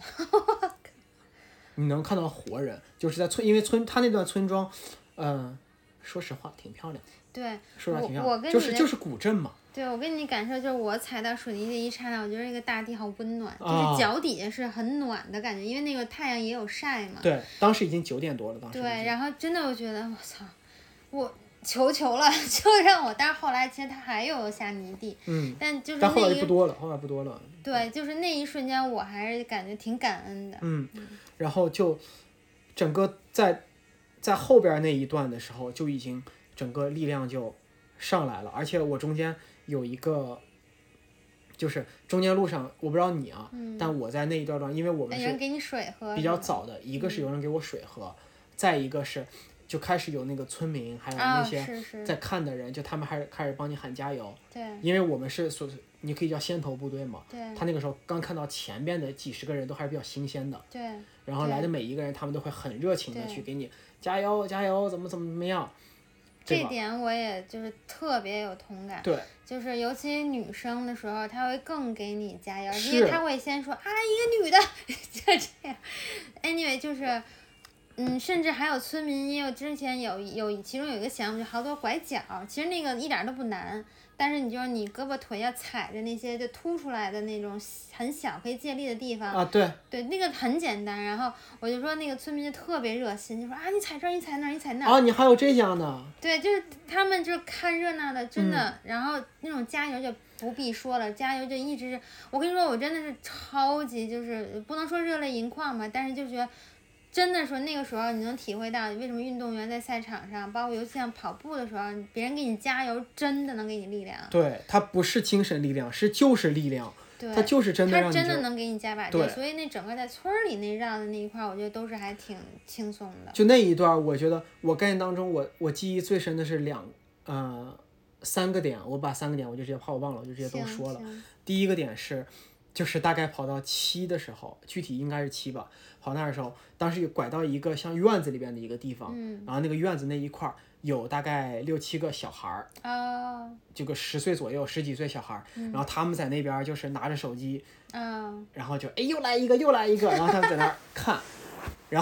你能看到活人，就是在因为他那段村庄，说实话挺漂亮。 对， 说实话挺漂亮，就是古镇嘛。 对，我跟你感受就是我踩到水泥的一刹那，我觉得这个大地好温暖，就是脚底下是很暖的感觉，因为那个太阳也有晒嘛。 对，当时已经9点多了，当时。 对，然后真的我觉得我操，我求了，就让我，但是后来其实它还有下泥地，但后来就不多了， 对，就是那一瞬间我还是感觉挺感恩的。 然后就整个在后边那一段的时候，就已经整个力量就上来了，而且我中间有一个，就是中间路上我不知道你啊，但我在那一段，因为我们是给你水喝， 比较早的，一个是有人给我水喝，再一个是就开始有那个村民，还有那些在看的人，就他们开始帮你喊加油。 对， 因为我们是你可以叫先头部队嘛。 对。 他那个时候刚看到前边的几十个人都还是比较新鲜的。 对。 然后来的每一个人，他们都会很热情的去给你加油加油，怎么样。 这点我也就是特别有同感。 对。 就是尤其女生的时候，她会更给你加油，因为她会先说啊一个女的就这样。Anyway 就是。甚至还有村民也有之前其中有一个项目，就好多拐角，其实那个一点都不难，但是你胳膊腿要踩着那些就凸出来的那种很小可以借力的地方啊，对， 那个很简单。然后我就说那个村民就特别热心，就说啊你踩这儿，你踩那儿，你踩那儿。 你还有这样的？ 对，就是他们就是看热闹的，真的。然后那种加油就不必说了，加油就一直是，我跟你说我真的是超级就是不能说热泪盈眶吧，但是就觉得。真的说那个时候你能体会到为什么运动员在赛场上，包括尤其像跑步的时候，别人给你加油，真的能给你力量。 对，他不是精神力量，就是力量。 对， 他就是真的让你他真的能给你加把劲。所以那整个在村里那绕的那一块，我觉得都是还挺轻松的。 就那一段，我觉得我概念当中，我记忆最深的是3个点，我把3个点我就直接怕我忘了，我就直接都说了。第一个点是。就是大概跑到7的时候，具体应该是7吧。跑那儿的时候，当时有拐到一个像院子里边的一个地方，然后那个院子那一块有大概6、7个小孩儿，就个10岁左右、10几岁小孩儿，然后他们在那边就是拿着手机，然后就又来一个，然后他们在那儿看，然后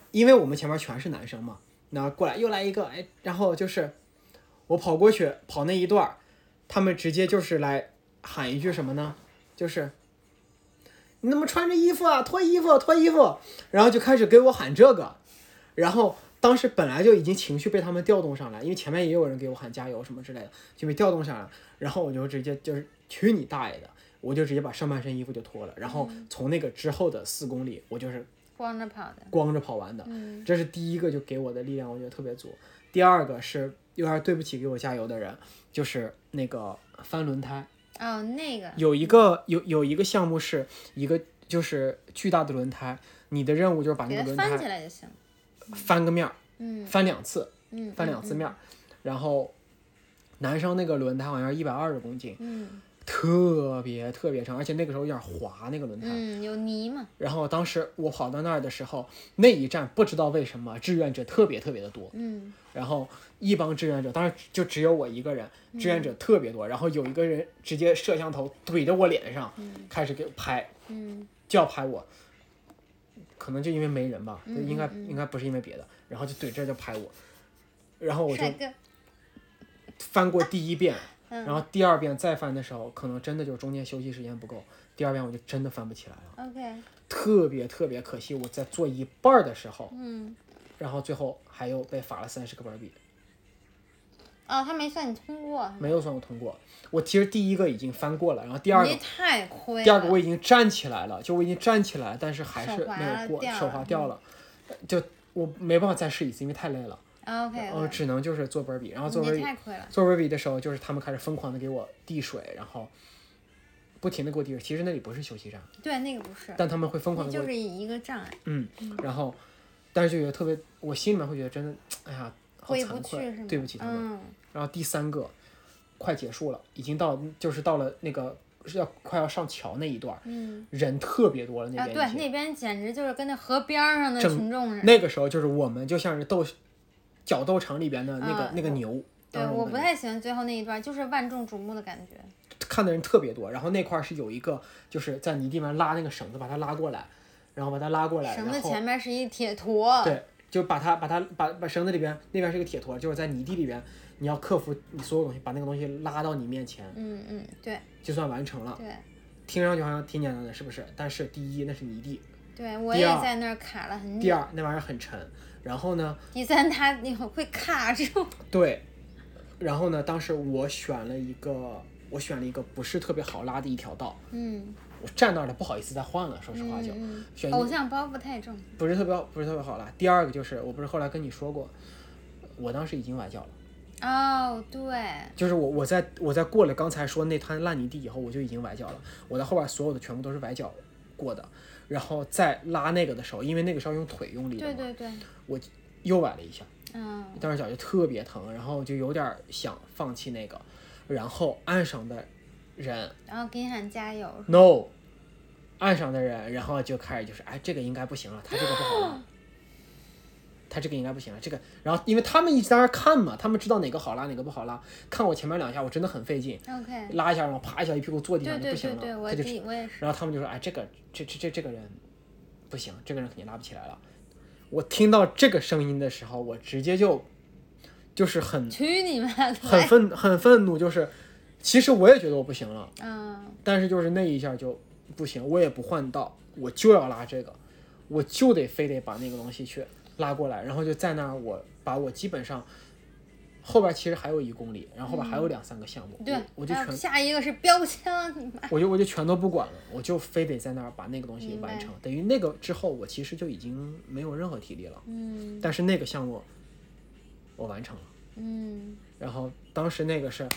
因为我们前面全是男生嘛，然后过来又来一个，哎，然后就是我跑过去跑那一段，他们直接就是来喊一句什么呢？就是你怎么穿着衣服啊？脱衣服，脱衣服！然后就开始给我喊这个，然后当时本来就已经情绪被他们调动上来，因为前面也有人给我喊加油什么之类的，就被调动上来，然后我就直接就是去你大爷的，我就直接把上半身衣服就脱了，然后从那个之后的4公里，我就是光着跑的， 光着跑完的。这是第一个就给我的力量，我觉得特别足。第二个是有点对不起给我加油的人，就是那个翻轮胎。 哦，那个有一个项目是一个就是巨大的轮胎，你的任务就是把那个轮胎翻起来就行， 翻个面儿，翻2次，翻2次面儿，然后男生那个轮胎好像是120公斤，特别特别长，而且那个时候有点滑，那个轮胎， 有泥嘛。 然后当时我跑到那儿的时候，那一站不知道为什么志愿者特别特别的多，然后一帮志愿者，当时就只有我一个人，志愿者特别多，然后有一个人直接摄像头怼着我脸上，开始给我拍，就要拍我，可能就因为没人吧，应该不是因为别的，然后就怼这就拍我，然后我就翻过第1遍。然后第2遍再翻的时候，可能真的就中间休息时间不够，第2遍我就真的翻不起来了。 OK， 特别特别可惜，我在做一半的时候，然后最后还有被罚了30个burpee。 哦，他没算你通过。 没有算我通过，我其实第1个已经翻过了，然后第2个， 你太亏了。 第2个我已经站起来了，就我已经站起来了，但是还是没有过，手滑掉了，就我没办法再试一次，因为太累了。 OK， 只能就是做 burpee， 然后做 burpee 的时候，就是他们开始疯狂的给我递水，然后不停的给我递水。其实那里不是休息站， 对，那个不是， 但他们会疯狂的， 就是一个障碍。 然后，但是就觉得特别，我心里面会觉得真的，哎呀，好惭愧，对不起他们。然后第3个快结束了，已经就是到了那个快要上桥那一段，人特别多了那边。 对，那边简直就是跟那河边上的群众似的。 那个时候就是我们就像是角斗场里边的那个牛。 对，我不太喜欢最后那一段，就是万众瞩目的感觉。 看的人特别多，然后那块是有一个就是在泥地面拉那个绳子，把它拉过来，然后把它拉过来， 绳子前面是一铁坨。 对，就把绳子里边那边是一个铁坨，就是在泥地里边，你要克服你所有东西，把那个东西拉到你面前， 对， 就算完成了。 对， 听上去好像挺简单的，是不是？但是第一那是泥地， 对我也在那儿卡了很久。 第2那玩意儿很沉，然后呢？ 第3它那会卡住。 对，然后呢？当时我选了一个不是特别好拉的一条道，我站那儿了，不好意思再换了，说实话就选偶像包袱太重， 不是特别好拉。第2个就是我不是后来跟你说过，我当时已经崴脚了。 哦，对， 就是我在过了刚才说那滩烂泥地以后，我就已经崴脚了。我在后边所有的全部都是崴脚过的，然后再拉那个的时候，因为那个是要用腿用力的嘛， 对， 我又崴了一下，当时脚就特别疼，然后就有点想放弃那个，然后岸上的人， 然后给你喊加油 ，no， 岸上的人，然后就开始就是，哎，这个应该不行了，他这个不好拉。他这个应该不行了，这个，然后因为他们一直在那看嘛，他们知道哪个好拉哪个不好拉，看我前面2下我真的很费劲 ，OK， 拉一下然后啪一下一屁股坐地上就不行了， 对，我也是， 然后他们就说，哎，这个人不行，这个人肯定拉不起来了。我听到这个声音的时候，我直接就是去你妈的， 很愤怒，就是其实我也觉得我不行了，但是就是那一下就不行，我也不换道，我就要拉这个，我就非得把那个东西去拉过来，然后就在那儿我基本上后边其实还有1公里，然后后边还有2-3个项目， 对， 我就下一个是标枪，你妈， 我就全都不管了，我就非得在那儿把那个东西完成，等于那个之后我其实就已经没有任何体力了，但是那个项目我完成了，然后当时那个是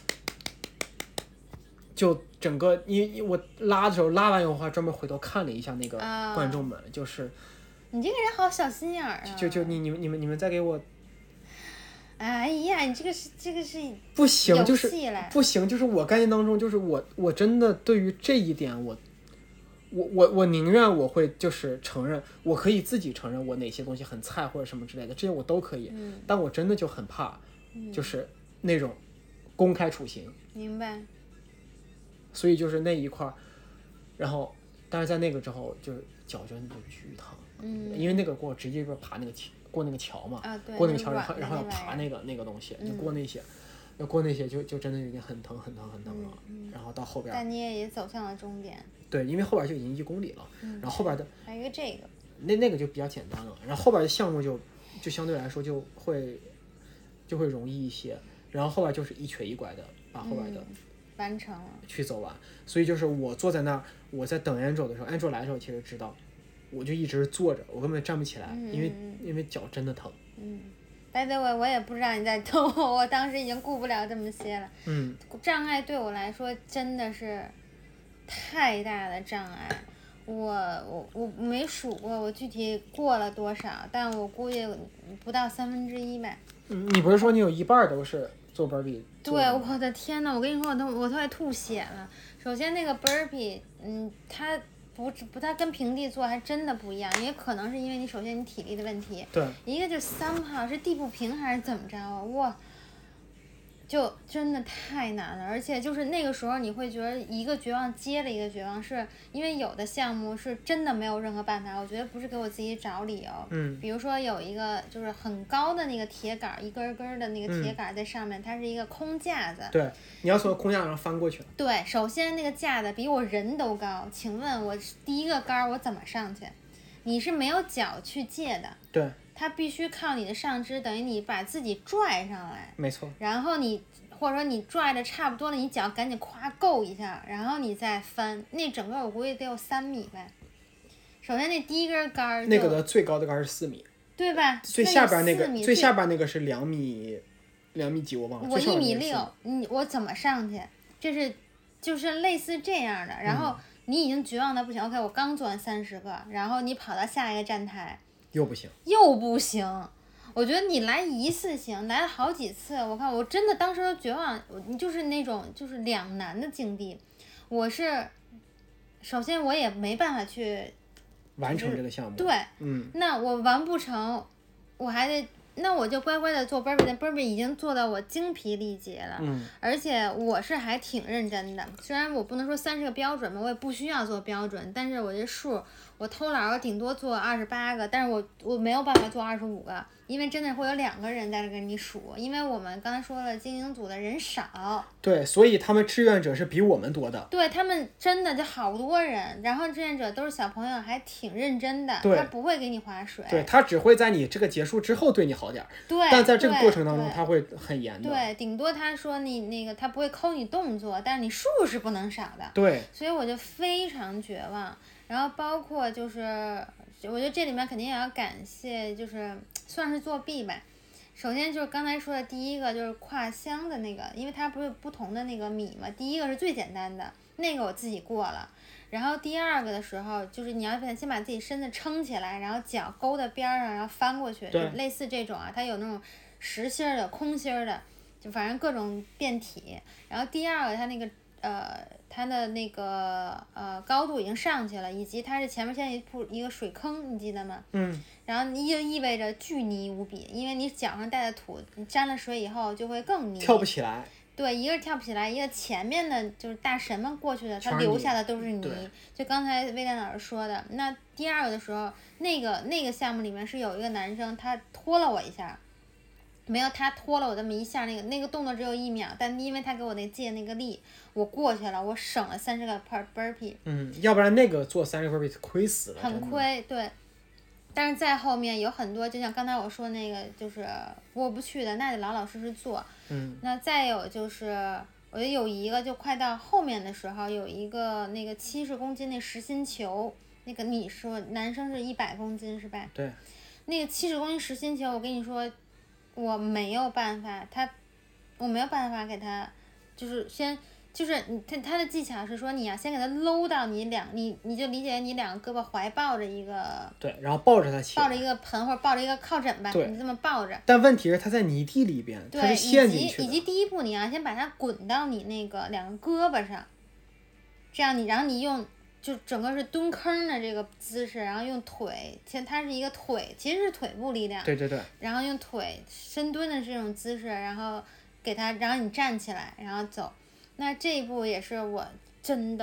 就整个我拉的时候拉完以后还专门回头看了一下那个观众们，就是你这个人好小心眼儿啊！ 就你们再给我， 哎呀，你这个是不行，就是不行，就是我概念当中，就是我真的对于这一点，我宁愿我会就是承认，我可以自己承认我哪些东西很菜或者什么之类的，这些我都可以，但我真的就很怕，就是那种公开处刑， 明白。 所以就是那一块，然后但是在那个之后就是脚真的就巨疼，因为那个过直接就是爬那个过那个桥嘛，过那个桥然后要爬那个东西，就过那些。要过那些就真的已经很疼了，然后到后边， 但你也走向了终点。 对，因为后边就已经1公里了，然后后边的还有一个这个， 那个就比较简单了，然后后边的项目就相对来说就会容易一些，然后后边就是一瘸一拐的把后边的完成了， 去走完。所以就是我坐在那儿，我在等 Andrew 的时候，Andrew 来的时候其实知道，我就一直坐着，我根本站不起来，因为脚真的疼。 by the way， 我也不知道你在逗我，我当时已经顾不了这么些了。障碍对我来说真的是太大的障碍，我没数过我具体过了多少，但我估计不到1/3吧。 你不是说你有一半都是做 burpee？ 对，我的天呐，我跟你说，我都快吐血了。首先那个 burpee，它它跟平地做还真的不一样，也可能是因为你首先你体力的问题， 对， 一个就somehow是地不平还是怎么着啊，哇，就真的太难了，而且就是那个时候你会觉得一个绝望接了一个绝望，是因为有的项目是真的没有任何办法，我觉得不是给我自己找理由，比如说有一个就是很高的那个铁杆，一根根的那个铁杆在上面，它是一个空架子， 对，你要从空架上翻过去了， 对，首先那个架子比我人都高，请问我第一个杆我怎么上去？你是没有脚去借的， 对。 它必须靠你的上肢，等于你把自己拽上来， 没错。 然后你或者说你拽的差不多了，你脚赶紧夸够一下，然后你再翻。那整个我估计得有3米呗。首先那第一根杆那个的最高的杆是4米， 对吧？ 最下边那个最下边那个是2米几，我忘了。 我1.6米，我怎么上去？就是类似这样的。然后你已经绝望的不行，OK， 我刚做完30个，然后你跑到下一个站台。又不行，我觉得你来一次行，来了好几次，我看我真的当时都绝望，你就是那种就是两难的境地。我是首先我也没办法去完成这个项目， 对，那我完不成，我还得。那我就乖乖的做 burpee 已经做到我精疲力竭了，而且我是还挺认真的，虽然我不能说30个标准嘛，我也不需要做标准，但是我这数我偷懒我顶多做28个，但是我没有办法做25个，因为真的会有2个人在这跟你数，因为我们刚才说了经营组的人少， 对，所以他们志愿者是比我们多的， 对，他们真的就好多人，然后志愿者都是小朋友，还挺认真的， 他不会给你划水， 对，他只会在你这个结束之后对你好点， 对， 但在这个过程当中他会很严的， 对，顶多他说你那个他不会抠你动作，但是你数是不能少的， 对， 所以我就非常绝望，然后包括就是我觉得这里面肯定也要感谢，就是算是作弊吧。首先就是刚才说的第一个就是跨箱的那个，因为它不是不同的那个米嘛，第一个是最简单的那个我自己过了，然后第二个的时候就是你要先把自己身子撑起来，然后脚勾在边上，然后翻过去，就类似这种啊，它有那种实心的、空心的，就反正各种变体。然后第二个它那个它的那个高度已经上去了，以及它是前面先一个水坑，你记得吗？然后就意味着巨泥无比，因为你脚上带的土，你沾了水以后就会更泥。 跳不起来。 对，一个跳不起来，一个前面的就是大神们过去的，他留下的都是泥。就刚才魏丹老师说的，那第二个的时候，那个项目里面是有一个男生，他拖了我一下。没有，他拖了我这么一下，那个动作只有1秒，但因为他给我借那个力，我过去了，我省了30个 burpee。 要不然那个做30个 burpee 亏死了。 很亏，对。但是在后面有很多，就像刚才我说那个，就是过不去的，那得老老实实做。那再有就是，我觉得有一个就快到后面的时候，有一个那个70公斤那实心球，那个你说男生是100公斤是吧？ 对。 那个70公斤实心球，我跟你说。我没有办法，我没有办法给他，就是他的技巧是说你要先给他搂到你就理解你2个胳膊怀抱着一个， 对，然后抱着他起来， 抱着一个盆或者抱着一个靠枕吧，你这么抱着。 但问题是他在泥地里边，他是陷进去的。 以及第一步你要先把它滚到你那个2个胳膊上，这样然后你用。就整个是蹲坑的这个姿势，然后用腿，其实它是一个腿，其实是腿部力量。 对。 然后用腿深蹲的这种姿势，然后给它，然后你站起来，然后走。那这一步也是我真的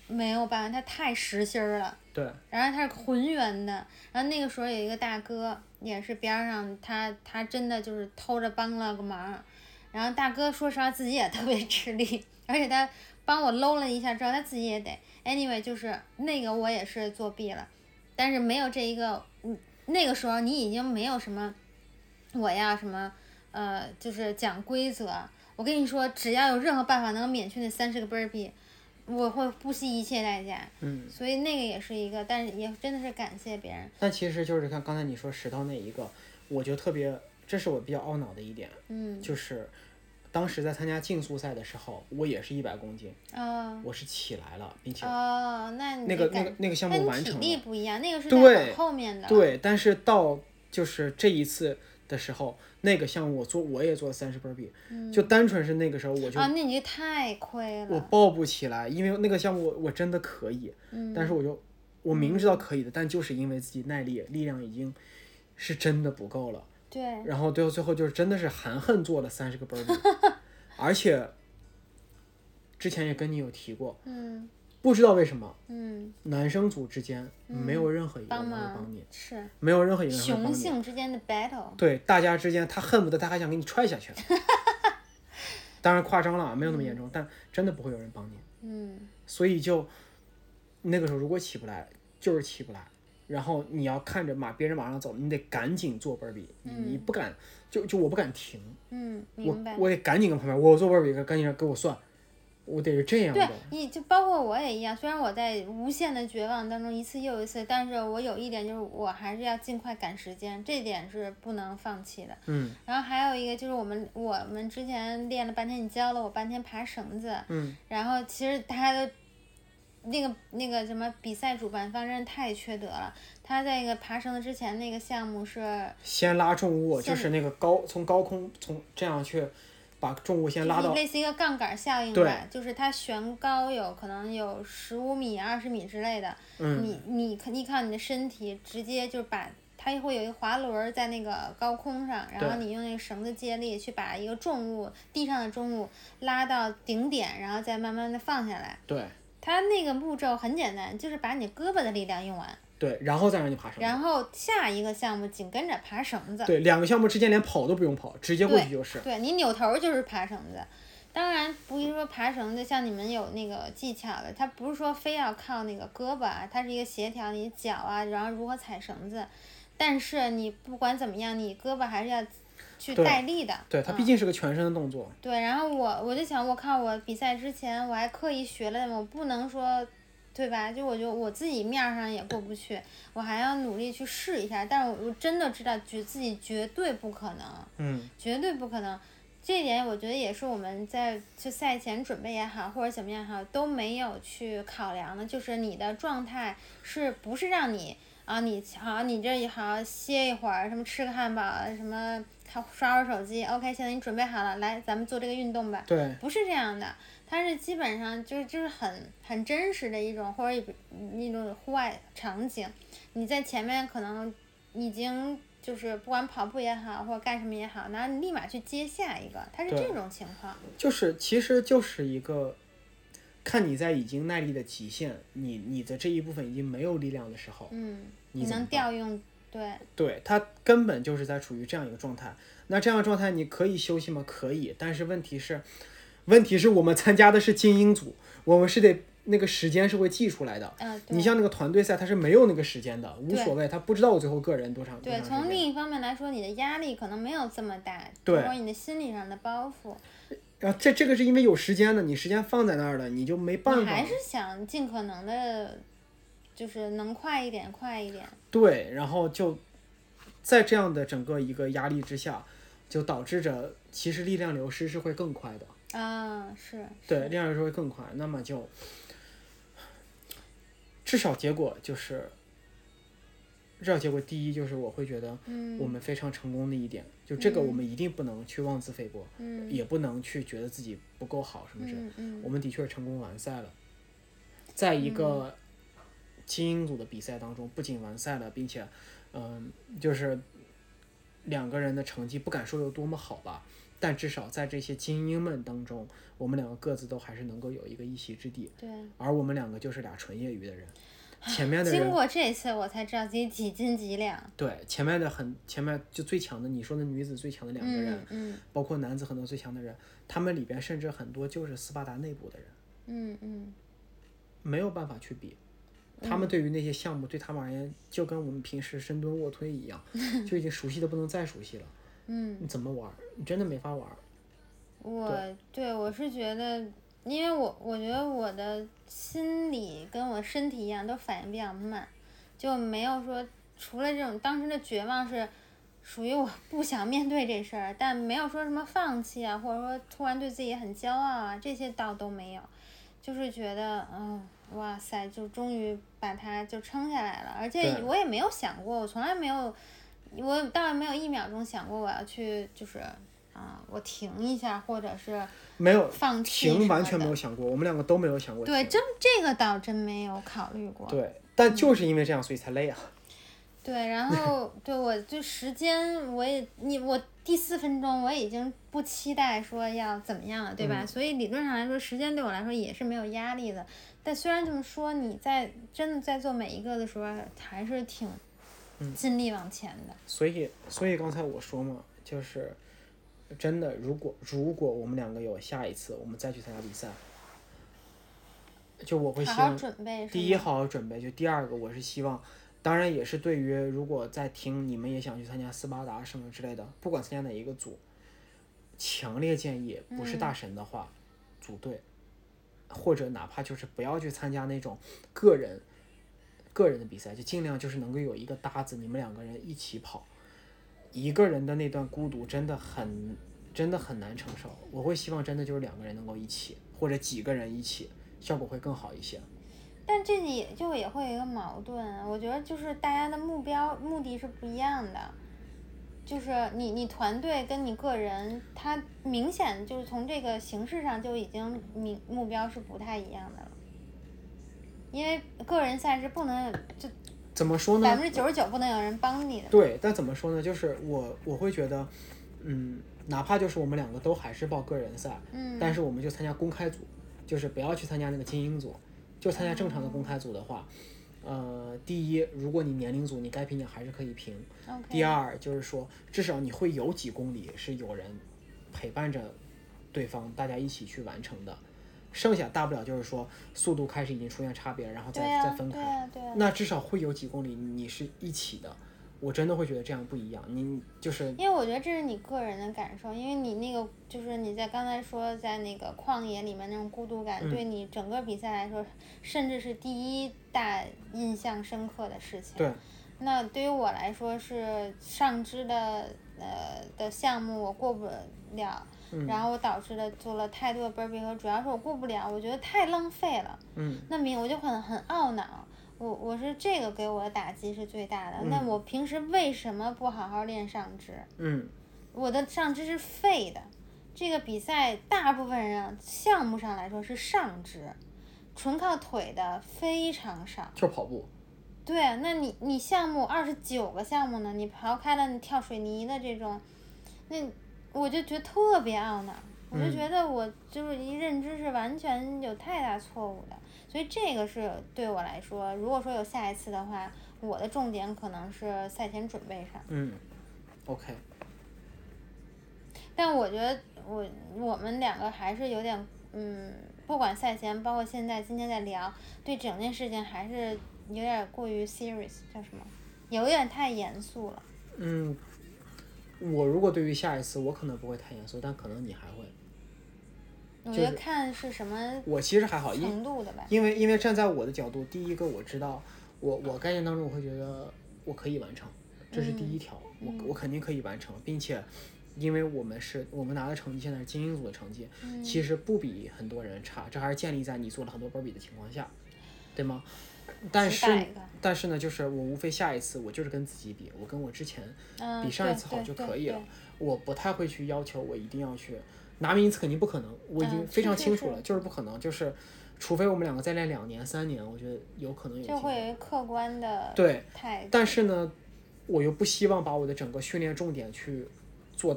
没有办法，它太实心了。 对。 然后它是浑圆的，然后那个时候有一个大哥也是边上，他真的就是偷着帮了个忙，然后大哥说实话自己也特别吃力，而且他帮我搂了一下之后，他自己也得 anyway 就是那个我也是作弊了，但是没有这一个，那个时候你已经没有什么我要什么就是讲规则。我跟你说，只要有任何办法能免去那30个 burpee， 我会不惜一切代价。所以那个也是一个，但是也真的是感谢别人。 但其实就是看刚才你说石头那一个，我就特别，这是我比较懊恼的一点，就是当时在参加竞速赛的时候，我也是100公斤，我是起来了，并且那个项目完成了。 体力不一样，那个是在很后面的。 对，但是到就是这一次的时候，那个项目我也做了30 burpee，就单纯是那个时候我就那你太亏了， 我抱不起来，因为那个项目我真的可以，但是我明知道可以的，但就是因为自己耐力力量已经是真的不够了， 对， 然后最后就是真的是含恨做了30个 burpee，而且之前也跟你有提过，不知道为什么，男生组之间没有任何一个人会帮你， 是没有任何一个人会帮你， 雄性之间的 battle， 对，大家之间他恨不得他还想给你踹下去，当然夸张了，没有那么严重，但真的不会有人帮你，所以就那个时候如果起不来，就是起不来，然后你要看着别人马上走，你得赶紧做 burpee，你不敢就我不敢停， 明白， 我得赶紧跟旁边，我做 burpee，赶紧给我算。我得是这样的。 对，就包括我也一样。虽然我在无限的绝望当中一次又一次，但是我有一点就是我还是要尽快赶时间，这点是不能放弃的。然后还有一个就是我们之前练了半天，你教了我半天爬绳子。然后其实大家都那个什么比赛主办方真是太缺德了。他在那个爬绳子之前那个项目是先拉重物，就是那个从高空从这样去。把重物先拉到， 类似一个杠杆效应吧，就是它悬高可能有15米、20米之类的。你靠你的身体直接就把它会有一个滑轮在那个高空上，然后你用那个绳子借力去把一个重物地上的重物拉到顶点，然后再慢慢的放下来。 对， 它那个步骤很简单，就是把你胳膊的力量用完。 对，然后再让你爬绳子。 然后下一个项目紧跟着爬绳子。 对，2个项目之间连跑都不用跑，直接过去就是。 对，你扭头就是爬绳子。当然不是说爬绳子像你们有那个技巧的，它不是说非要靠那个胳膊啊，它是一个协调你脚啊，然后如何踩绳子。但是你不管怎么样，你胳膊还是要去带力的。 对，它毕竟是个全身的动作。 对，然后我就想，我靠，我比赛之前我还刻意学了，我不能说。对吧？就我觉得我自己面上也过不去，我还要努力去试一下。但是我真的知道，自己绝对不可能，绝对不可能。这一点我觉得也是我们在去赛前准备也好，或者怎么样也好，都没有去考量的。就是你的状态是不是让你啊，你这好好歇一会儿，什么吃个汉堡，什么刷会手机 ，OK， 现在你准备好了，来咱们做这个运动吧。 对， 不是这样的。它是基本上就是很真实的一种，或者一种户外场景，你在前面可能已经就是不管跑步也好，或者干什么也好，然后你立马去接下一个，它是这种情况。 其实就是一个，看你在已经耐力的极限，你的这一部分已经没有力量的时候， 你能调用， 对，它根本就是在处于这样一个状态。那这样的状态你可以休息吗？可以，但是问题是我们参加的是精英组，我们是得那个时间是会记出来的。你像那个团队赛，它是没有那个时间的，无所谓，他不知道我最后个人多长。 对，从另一方面来说，你的压力可能没有这么大， 对， 或者你的心理上的包袱。 然后这个是因为有时间的，你时间放在那儿了，你就没办法。 你还是想尽可能的，就是能快一点。 对，然后就在这样的整个一个压力之下，就导致着其实力量流失是会更快的。 是。 对，力量流失会更快，那么就至少结果第一就是我会觉得我们非常成功的一点，就这个我们一定不能去妄自菲薄，也不能去觉得自己不够好什么之类的，我们的确成功完赛了，在一个精英组的比赛当中不仅完赛了，并且就是2个人的成绩不敢说有多么好吧， 但至少在这些精英们当中，我们两个各自都还是能够有一个一席之地。 对， 而我们两个就是俩纯业余的人，前面的人经过这次我才知道自己几斤几两。 对，前面就最强的，你说的女子最强的两个人，包括男子很多最强的人，他们里边甚至很多就是斯巴达内部的人，没有办法去比。他们对于那些项目，对他们而言，就跟我们平时深蹲、卧推一样，就已经熟悉的不能再熟悉了。你怎么玩？你真的没法玩。 我是觉得，因为我觉得我的心理跟我身体一样，都反应比较慢，就没有说除了这种当时的绝望是属于我不想面对这事儿，但没有说什么放弃啊，或者说突然对自己很骄傲啊，这些倒都没有，就是觉得哇塞，就终于把它就撑下来了，而且我也没有想过，我从来没有，我倒是没有1秒钟想过我要去就是我停一下，或者是没有放弃停，完全没有想过，我们两个都没有想过停。 对，这个倒真没有考虑过。 对，但就是因为这样，所以才累啊。 对，然后对我就时间，我第4分钟我已经不期待说要怎么样了，对吧？所以理论上来说，时间对我来说也是没有压力的。但虽然这么说，你真的在做每一个的时候，还是挺尽力往前的。 所以刚才我说嘛，就是真的，如果我们两个有下一次，我们再去参加比赛，就我会希望第一好好准备，就第二个我是希望。当然也是对于如果在听你们也想去参加斯巴达什么之类的，不管参加哪一个组，强烈建议不是大神的话，组队，或者哪怕就是不要去参加那种个人的比赛，就尽量就是能够有一个搭子，你们2个人一起跑。一个人的那段孤独真的很难承受，我会希望真的就是2个人能够一起，或者几个人一起，效果会更好一些。 但这里也会有一个矛盾，我觉得就是大家的目的是不一样的，就是你团队跟你个人，它明显就是从这个形式上就已经目标是不太一样的了，因为个人赛事不能就怎么说呢 ，99%不能有人帮你的。 对，但怎么说呢？就是我会觉得，哪怕就是我们2个都还是报个人赛，但是我们就参加公开组，就是不要去参加那个精英组。就参加正常的公开组的话，第一，如果你年龄组你该评奖还是可以评。第二，就是说至少你会有几公里是有人陪伴着对方，大家一起去完成的。剩下大不了就是说速度开始已经出现差别，然后再分开。那至少会有几公里你是一起的。我真的会觉得这样不一样，你就是因为我觉得这是你个人的感受，因为你那个就是你在刚才说在那个旷野里面那种孤独感，对你整个比赛来说，甚至是第一大印象深刻的事情。 对。 那对于我来说是上肢的项目我过不了，然后我导致的做了太多的 burpee 和主要是我过不了，我觉得太浪费了。那我就很懊恼。我是这个给我的打击是最大的。那我平时为什么不好好练上肢？我的上肢是废的。这个比赛大部分人项目上来说是上肢，纯靠腿的非常少。 就是跑步。 对，那你项目29个项目呢？你刨开了你跳水泥的这种，那我就觉得特别懊恼。我就觉得我就是认知是完全有太大错误的。所以这个是对我来说，如果说有下一次的话，我的重点可能是赛前准备上。 OK。 但我觉得我们2个还是有点不管赛前，包括今天在聊，对整件事情还是有点过于 serious， 叫什么？有点太严肃了。 我如果对于下一次，我可能不会太严肃，但可能你还会。 我觉得看是什么， 我其实还好， 程度的吧。 因为站在我的角度，第一个我知道，我概念当中我会觉得我可以完成，这是第一条，我肯定可以完成，并且，因为我们拿的成绩现在是精英组的成绩，其实不比很多人差，这还是建立在你做了很多burpee的情况下，对吗？但是呢，就是我无非下一次我就是跟自己比，我跟我之前比上一次好就可以了，我不太会去要求我一定要去拿名次，肯定不可能，我已经非常清楚了，就是不可能，就是除非我们2个再练2年3年，我觉得有可能有机会。 就会客观的对，但是呢，我又不希望把我的整个训练重点去做到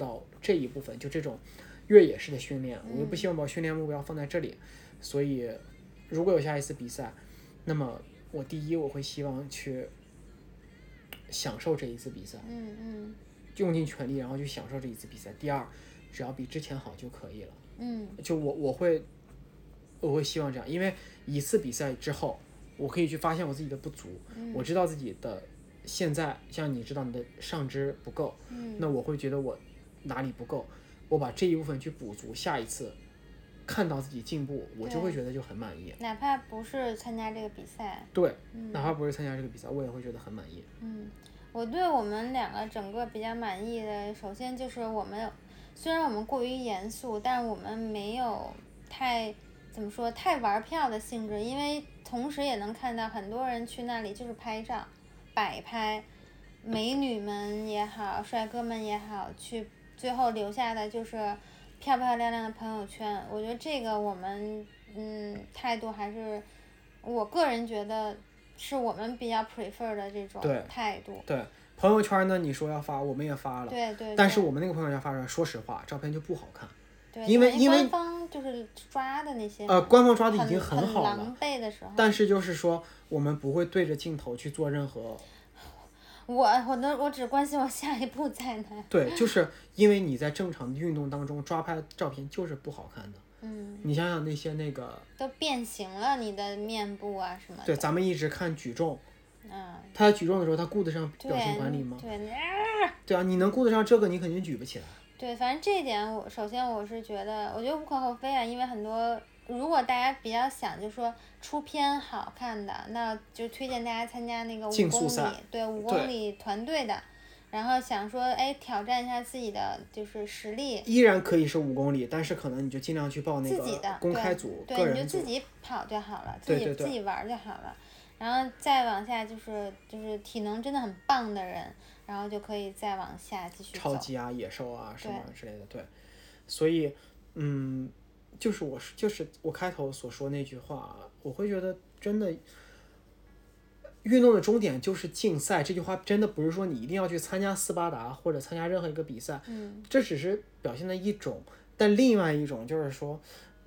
这一部分，就这种越野式的训练，我又不希望把训练目标放在这里，所以如果有下一次比赛，那么我第一我会希望去享受这一次比赛，用尽全力然后去享受这一次比赛。第二，只要比之前好就可以了。就我会希望这样，因为一次比赛之后，我可以去发现我自己的不足，我知道自己的现在，像你知道你的上肢不够，那我会觉得我哪里不够，我把这一部分去补足，下一次看到自己进步，我就会觉得就很满意。 哪怕不是参加这个比赛。 对，哪怕不是参加这个比赛，我也会觉得很满意。 我对我们两个整个比较满意的，首先就是我们虽然我们过于严肃，但我们没有怎么说太玩票的性质，因为同时也能看到很多人去那里就是拍照摆拍，美女们也好，帅哥们也好，去最后留下的就是漂漂亮亮的朋友圈。我觉得这个我们态度还是我个人觉得是我们比较 prefer 的这种态度。 对，朋友圈呢，你说要发，我们也发了。 对。 但是我们那个朋友圈发出来，说实话，照片就不好看。 对， 因为官方就是抓的那些。 官方抓的已经很好了。 狼狈的时候。 但是就是说，我们不会对着镜头去做任何。 我只关心我下一步在哪。 对，就是因为你在正常的运动当中抓拍的照片就是不好看的。你想想那些那个。 都变形了，你的面部啊什么的。 对，咱们一直看举重。他举重的时候，他顾得上表情管理吗？对啊，你能顾得上这个，你肯定举不起来。 对，反正这一点首先我是觉得无可厚非啊，因为很多如果大家比较想就说出片好看的，那就推荐大家参加那个5公里，对5公里团队的，然后想说挑战一下自己的就是实力， 依然可以是5公里，但是可能你就尽量去报那个公开组、个人组， 对，你就自己跑就好了，自己玩就好了。然后再往下就是体能真的很棒的人，然后就可以再往下继续走。 超级啊、野兽啊什么之类的，对。所以，就是我开头所说那句话，我会觉得真的，运动的终点就是竞赛。这句话真的不是说你一定要去参加斯巴达或者参加任何一个比赛，这只是表现的一种。但另外一种就是说，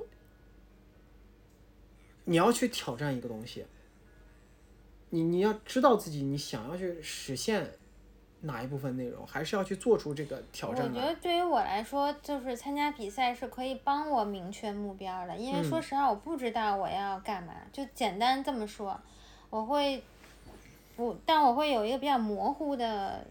你要去挑战一个东西。你要知道自己你想要去实现哪一部分内容，还是要去做出这个挑战来。 我觉得对于我来说，就是参加比赛是可以帮我明确目标的，因为说实话我不知道我要干嘛，就简单这么说，但我会有一个比较模糊的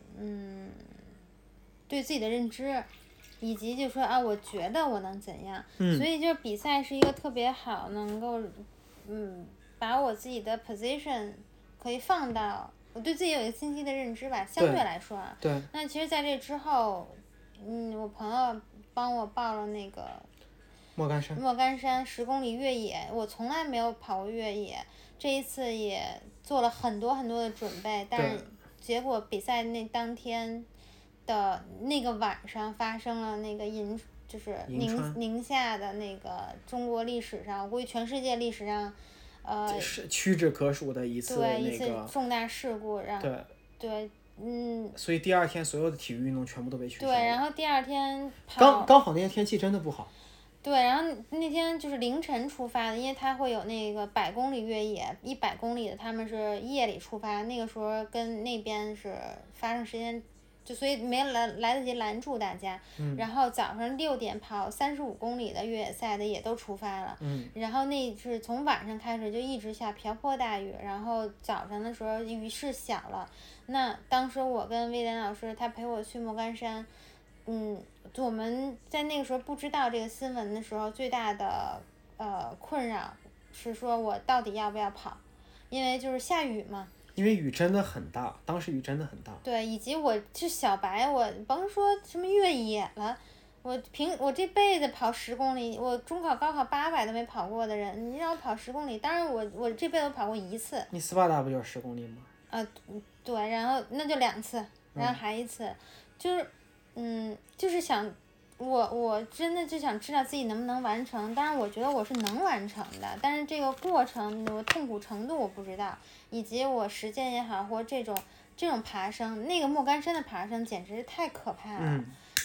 对自己的认知，以及就说我觉得我能怎样，所以就是比赛是一个特别好能够把我自己的 position可以放到我对自己有一个清晰的认知吧，相对来说啊。 对。 那其实在这之后，我朋友帮我报了那个莫干山10公里越野，我从来没有跑过越野，这一次也做了很多很多的准备，但是结果比赛那当天的那个晚上发生了那个就是宁夏的那个中国历史上，我估计全世界历史上。 是屈指可数的一次一次重大事故，对， 所以第二天所有的体育运动全部都被取消了。 对，然后第二天刚好那天天气真的不好。 对，然后那天就是凌晨出发的，因为它会有那个100公里越野，100公里的他们是夜里出发，那个时候跟那边是发生时间。所以没来得及拦住大家，然后早上6点跑35公里的越野赛的也都出发了，然后那是从晚上开始就一直下瓢泼大雨，然后早上的时候雨势小了。那当时我跟威廉老师他陪我去莫干山，我们在那个时候不知道这个新闻的时候，最大的困扰是说我到底要不要跑，因为就是下雨嘛。 因为雨真的很大，当时雨真的很大。 对，以及我是小白，我甭说什么越野了，我这辈子跑10公里，我中考、高考800都没跑过的人，你让我跑10公里，当然我这辈子跑过1次。 你斯巴达不就是10公里吗？ 对，然后那就2次，然后还1次，就是就是想。我真的就想知道自己能不能完成，当然我觉得我是能完成的，但是这个过程我痛苦程度我不知道，以及我时间也好或这种爬升，那个莫干山的爬升简直太可怕了。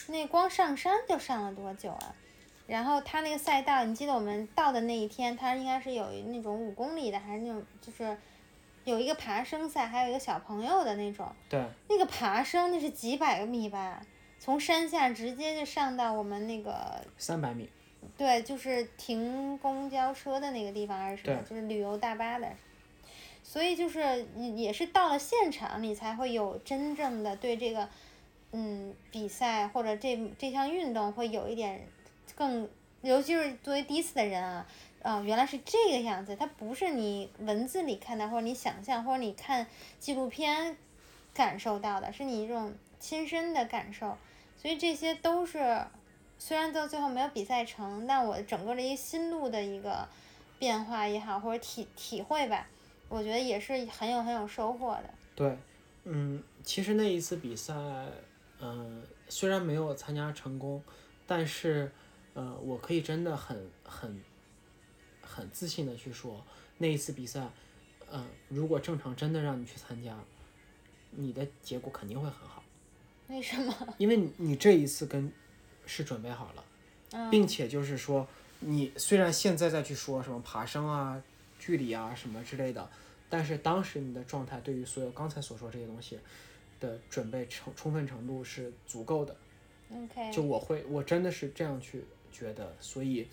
那光上山就上了多久啊？然后他那个赛道，你记得我们到的那一天，他应该是有那种5公里的，还是那种就是有一个爬升赛，还有一个小朋友的那种。 对。 那个爬升那是几百个米吧，从山下直接就上到我们那个 300米。 对，就是停公交车的那个地方还是什么，就是旅游大巴的。所以就是也是到了现场，你才会有真正的对这个比赛或者这项运动会有一点更，尤其是作为第一次的人啊，原来是这个样子，它不是你文字里看到或者你想象或者你看纪录片感受到的，是你这种亲身的感受。所以这些都是虽然到最后没有比赛成，但我整个的一个心路的一个变化也好，或者体会吧，我觉得也是很有收获的。 对，其实那一次比赛，虽然没有参加成功，但是，我可以真的很自信的去说，那一次比赛，如果正常真的让你去参加，你的结果肯定会很好。 为什么？ 因为你这一次是准备好了，并且就是说，你虽然现在再去说什么爬升啊、距离啊什么之类的，但是当时你的状态对于所有刚才所说这些东西的准备充分程度是足够的。 OK。 就我真的是这样去觉得，所以，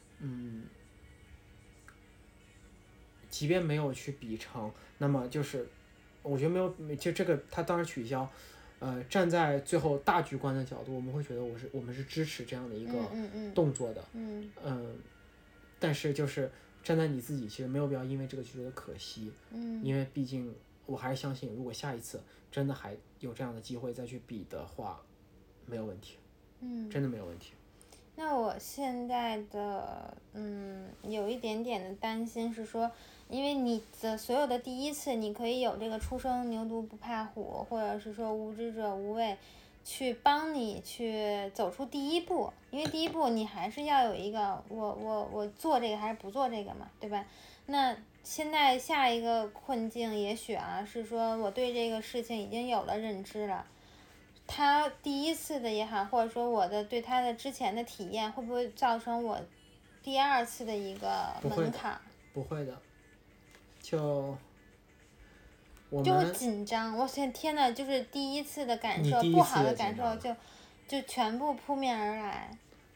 即便没有去比成，那么就是我觉得没有就这个他当时取消。站在最后大局观的角度，我们会觉得我们是支持这样的一个动作的。但是就是站在你自己，其实没有必要因为这个就觉得可惜。因为毕竟我还是相信，如果下一次真的还有这样的机会再去比的话，没有问题。真的没有问题。 那我现在的有一点点的担心是说，因为你的所有的第一次，你可以有这个初生牛犊不怕虎，或者是说无知者无畏，去帮你去走出第一步。因为第一步你还是要有一个我做这个还是不做这个嘛，对吧？那现在下一个困境也许是说我对这个事情已经有了认知了。他第一次的也好，或者说我的对他的之前的体验，会不会造成我第二次的一个门槛？ 不会的，就会紧张。我天呐，就是第一次的感受，不好的感受就全部扑面而来。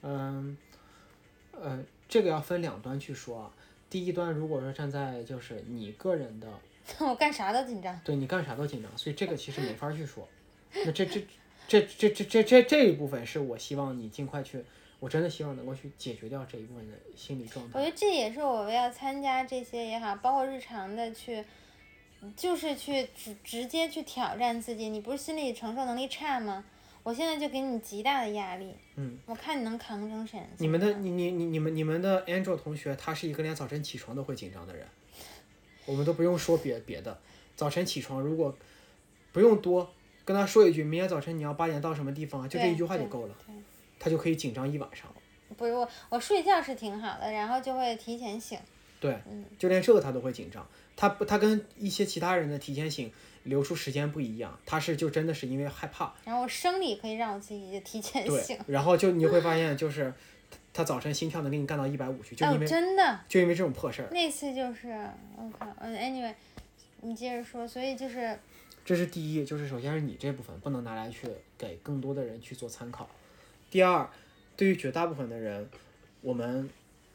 这个要分两端去说。第一端如果说站在就是你个人的， 我干啥都紧张。 对，你干啥都紧张，所以这个其实没法去说。那这一部分是我希望你尽快去，我真的希望能够去解决掉这一部分的心理状态。 我觉得这也是我要参加这些也好，包括日常的就是去直接去挑战自己。你不是心理承受能力差吗？我现在就给你极大的压力。我看你能扛成谁。 你们的 Angel 同学，他是一个连早晨起床都会紧张的人。我们都不用说别的，早晨起床如果不用多跟他说一句，明天早晨你要8点到什么地方，就这一句话就够了，他就可以紧张一晚上。 不是我睡觉是挺好的，然后就会提前醒。 对，就连这个他都会紧张。他跟一些其他人的提前醒留出时间不一样，他是就真的是因为害怕。 然后生理可以让我自己提前醒。 对，然后就你会发现就是他早晨心跳能给你干到150去，就因为真的就因为这种破事儿。 那次就是我靠，anyway， 你接着说，所以就是这是第一，就是首先是你这部分不能拿来去给更多的人去做参考。第二，对于绝大部分的人，我们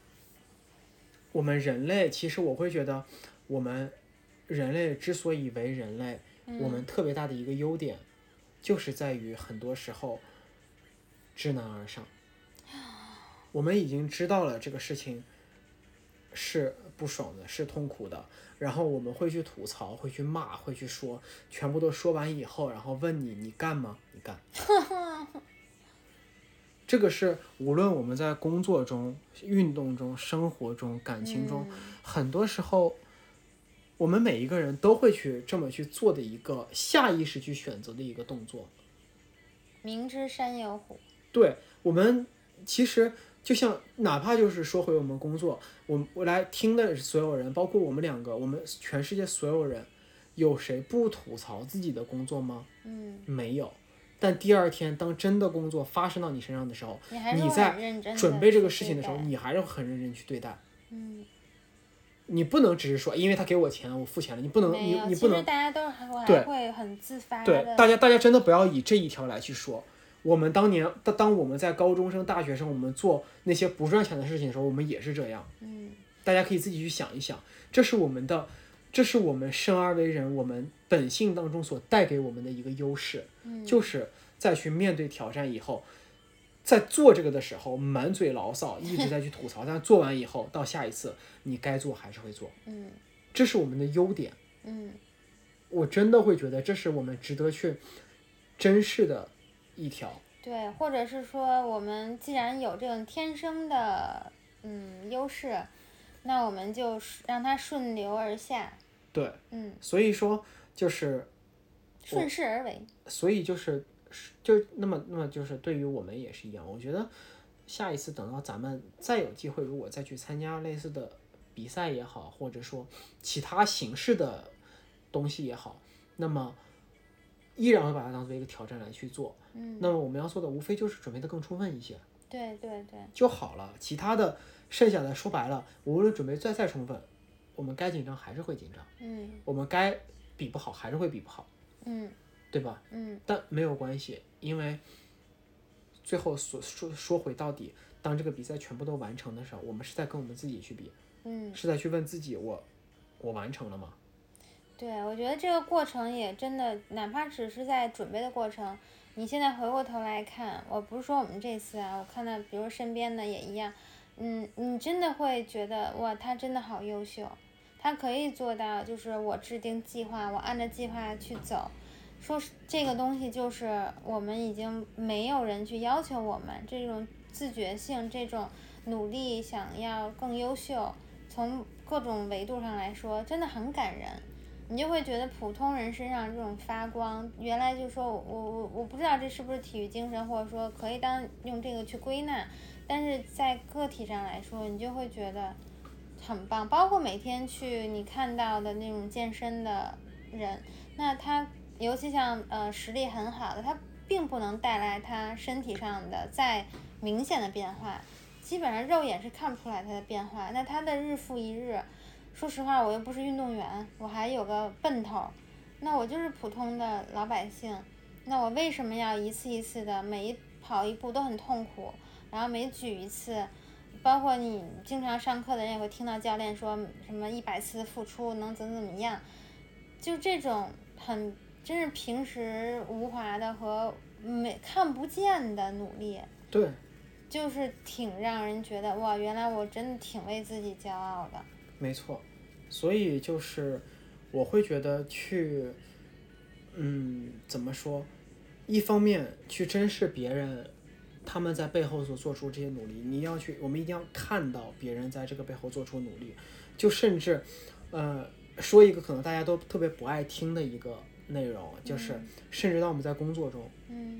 人类其实我会觉得，我们人类之所以为人类，我们特别大的一个优点，就是在于很多时候知难而上。我们已经知道了这个事情是不爽的，是痛苦的，然后我们会去吐槽，会去骂，会去说，全部都说完以后，然后问你干吗？你干。这个是无论我们在工作中、运动中、生活中、感情中，很多时候我们每一个人都会去这么去做的一个下意识去选择的一个动作。 明知山有虎。 对，我们其实就像哪怕就是说回我们工作，我来听的所有人，包括我们两个，我们全世界所有人，有谁不吐槽自己的工作吗？没有。 但第二天当真的工作发生到你身上的时候， 你在准备这个事情的时候，你还是很认真去对待。你不能只是说因为他给我钱我付钱了，你不能你不能。 其实大家都还会很自发的。 对，大家真的不要以这一条来去说。我们当我们在高中生大学生我们做那些不赚钱的事情的时候，我们也是这样。大家可以自己去想一想，这是我们生而为人，我们本性当中所带给我们的一个优势，就是在去面对挑战以后，在做这个的时候满嘴牢骚，一直在去吐槽，但做完以后到下一次你该做还是会做。这是我们的优点。我真的会觉得这是我们值得去珍视的一条。 对，或者是说我们既然有这种天生的优势，那我们就让它顺流而下。 对，所以说就是顺势而为。 所以那么就是对于我们也是一样。我觉得下一次等到咱们再有机会，如果再去参加类似的比赛也好，或者说其他形式的东西也好，那么依然会把它当做一个挑战来去做。那么我们要做的无非就是准备的更充分一些。 对就好了。其他的剩下的说白了，无论准备再充分，我们该紧张还是会紧张。我们该比不好还是会比不好。对吧？但没有关系，因为最后说回到底，当这个比赛全部都完成的时候，我们是在跟我们自己去比。是在去问自己，我完成了吗？ 对，我觉得这个过程也真的，哪怕只是在准备的过程，你现在回过头来看，我不是说我们这次啊，我看到比如身边的也一样，你真的会觉得哇，他真的好优秀，他可以做到，就是我制定计划，我按照计划去走。说这个东西就是我们已经没有人去要求我们这种自觉性，这种努力想要更优秀，从各种维度上来说，真的很感人。你就会觉得普通人身上这种发光，原来就说我不知道这是不是体育精神，或者说可以用这个去归纳，但是在个体上来说，你就会觉得很棒。包括每天去你看到的那种健身的人，那他尤其像实力很好的，他并不能带来他身体上的再明显的变化，基本上肉眼是看不出来他的变化。那他的日复一日，说实话，我又不是运动员，我还有个奔头，那我就是普通的老百姓，那我为什么要一次一次的每跑一步都很痛苦，然后每举一次，包括你经常上课的人也会听到教练说什么100次付出能怎么样，就这种真是平时无华的和看不见的努力。 对， 就是挺让人觉得哇，原来我真的挺为自己骄傲的。 没错，所以就是我会觉得怎么说，一方面去珍视别人他们在背后所做出这些努力，我们一定要看到别人在这个背后做出努力。就甚至说一个可能大家都特别不爱听的一个内容，就是甚至当我们在工作中，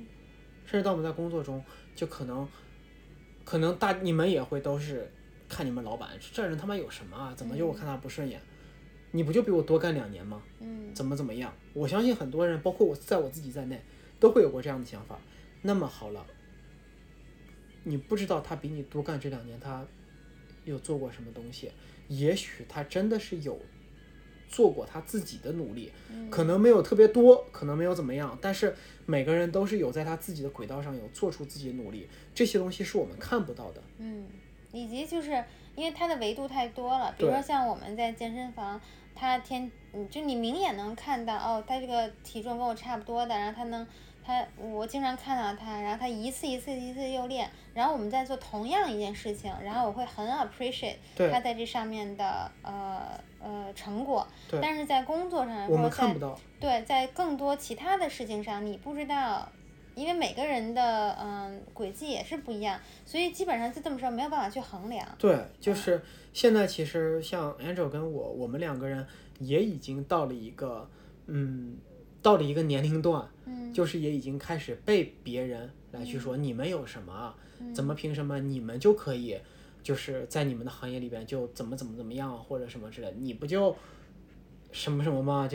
就可能你们也会都是看你们老板，这人他妈有什么啊？怎么就我看他不顺眼？你不就比我多干2年吗？怎么样？我相信很多人，包括我自己在内，都会有过这样的想法。那么好了，你不知道他比你多干这2年，他有做过什么东西？也许他真的是有做过他自己的努力，可能没有特别多，可能没有怎么样，但是每个人都是有在他自己的轨道上有做出自己的努力，这些东西是我们看不到的。 以及就是因为它的维度太多了，比如说像我们在健身房，就你明眼能看到哦，他这个体重跟我差不多的，然后我经常看到他，然后他一次又练，然后我们在做同样一件事情，然后我会很 appreciate 他在这上面的成果，但是在工作上我们看不到， 对，在更多其他的事情上你不知道，因为每个人的轨迹也是不一样，所以基本上就这么说没有办法去衡量。 对，就是现在其实像 Angel 跟我们2个人也已经到了一个年龄段，就是也已经开始被别人来去说你们有什么啊，怎么凭什么你们就可以就是在你们的行业里边就怎么样或者什么之类的，你不就什么吗？就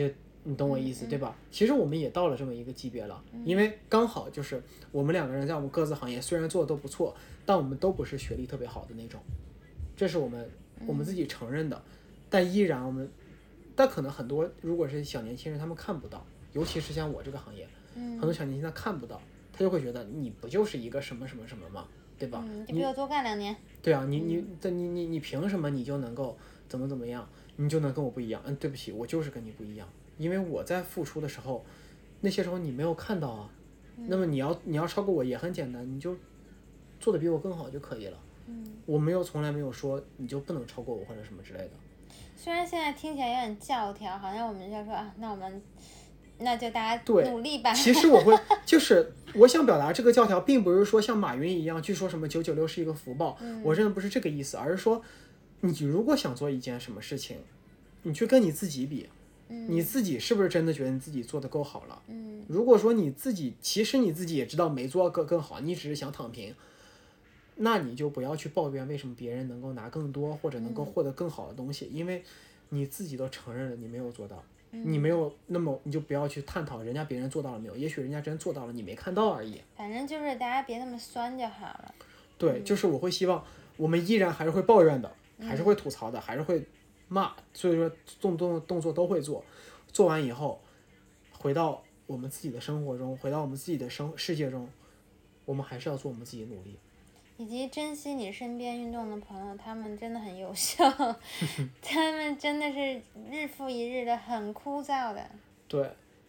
你懂我意思对吧？其实我们也到了这么一个级别了，因为刚好就是我们两个人在我们各自行业虽然做的都不错，但我们都不是学历特别好的那种，这是我们自己承认的，但依然但可能很多如果是小年轻人他们看不到，尤其是像我这个行业，很多小年轻人他看不到，他就会觉得你不就是一个什么什么什么吗？对吧？ 就比我多干2年。 对啊，你凭什么你就能够怎么样？你就能跟我不一样？对不起，我就是跟你不一样，因为我在付出的时候，那些时候你没有看到啊。那么你要超过我也很简单，你就做的比我更好就可以了。我从来没有说你就不能超过我或者什么之类的。 虽然现在听起来有点教条，好像我们就说啊，那就大家努力吧。 其实我想表达这个教条，并不是说像马云一样去说什么996是一个福报，我认为不是这个意思，而是说你如果想做一件什么事情，你去跟你自己比，你自己是不是真的觉得你自己做的够好了？如果说其实你自己也知道没做更好，你只是想躺平，那你就不要去抱怨为什么别人能够拿更多或者能够获得更好的东西，因为你自己都承认了你没有做到。你没有，那么你就不要去探讨别人做到了没有，也许人家真做到了，你没看到而已。 反正就是大家别那么酸就好了。 对，就是我会希望我们依然还是会抱怨的，还是会吐槽的，还是会骂，所以说动作都会做，做完以后回到我们自己的生活中，回到我们自己的世界中，我们还是要做我们自己的努力。 以及珍惜你身边运动的朋友，他们真的很优秀，他们真的是日复一日的很枯燥的。 对，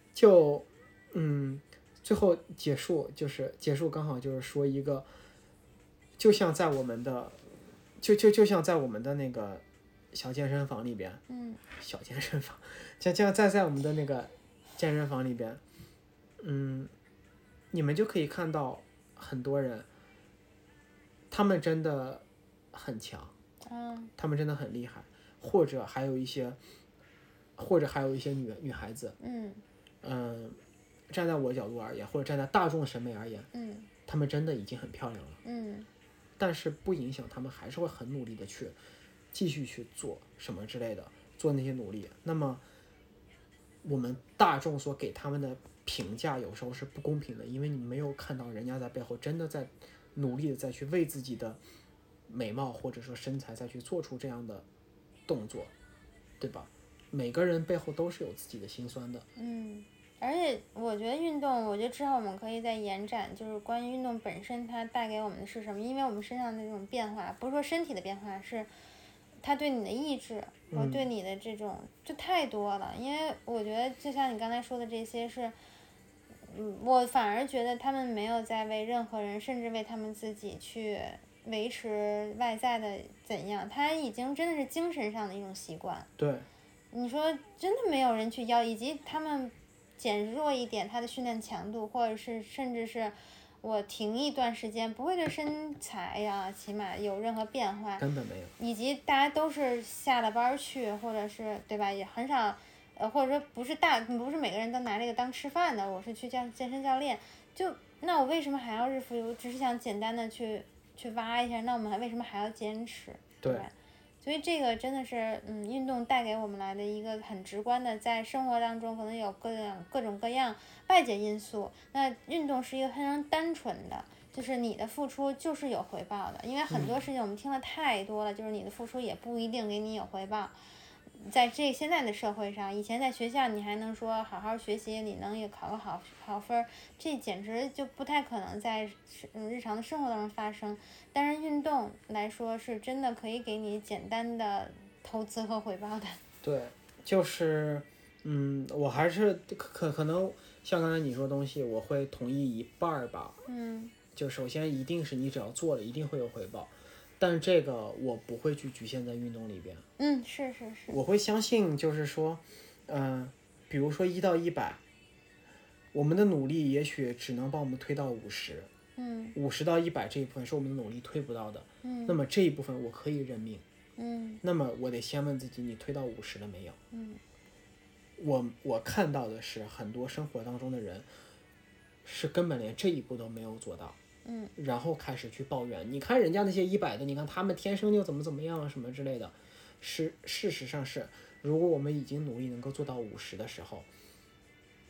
最后结束刚好就是说一个，就像在我们的那个小健身房里边，小健身房，像在我们的那个健身房里边，你们就可以看到很多人。他们真的很强，他们真的很厉害，或者还有一些女孩子，站在我角度而言，或者站在大众审美而言，他们真的已经很漂亮了，但是不影响他们还是会很努力的去继续去做什么之类的，做那些努力。那么我们大众所给他们的评价有时候是不公平的，因为你没有看到人家在背后真的在努力的再去为自己的美貌或者说身材再去做出这样的动作，对吧？每个人背后都是有自己的辛酸的。 而且我觉得运动，我觉得之后我们可以再延展，就是关于运动本身它带给我们的是什么？因为我们身上的这种变化，不是说身体的变化，是它对你的意志和对你的这种就太多了。因为我觉得就像你刚才说的这些是。我反而觉得他们没有在为任何人，甚至为他们自己去维持外在的怎样，他已经真的是精神上的一种习惯。 对， 你说真的没有人去以及他们减弱一点他的训练强度，或者是甚至是我停一段时间，不会对身材呀起码有任何变化， 根本没有。 以及大家都是下了班去，或者是对吧，也很少。或者说不是每个人都拿这个当吃饭的，我是去健身教练，那我为什么还要日复一日？我只是想简单的去挖一下，那我们为什么还要坚持？对吧？所以这个真的是运动带给我们来的一个很直观的，在生活当中可能有各种各样外界因素，那运动是一个非常单纯的，就是你的付出就是有回报的，因为很多事情我们听了太多了，就是你的付出也不一定给你有回报。在现在的社会上，以前在学校你还能说好好学习，你能也考个好分，这简直就不太可能在日常的生活当中发生。但是运动来说，是真的可以给你简单的投资和回报的。 对，就是我还是可能像刚才你说的东西，我会同意一半吧。就首先一定是你只要做了，一定会有回报。但这个我不会去局限在运动里边。 是。 我会相信，就是说，比如说1到100，我们的努力也许只能帮我们推到50。50到100这一部分是我们的努力推不到的。那么这一部分我可以认命。那么我得先问自己，你推到50了没有？我看到的是很多生活当中的人，是根本连这一步都没有做到。然后开始去抱怨，你看人家那些100的，你看他们天生就怎么样什么之类的。事实上是，如果我们已经努力能够做到50的时候，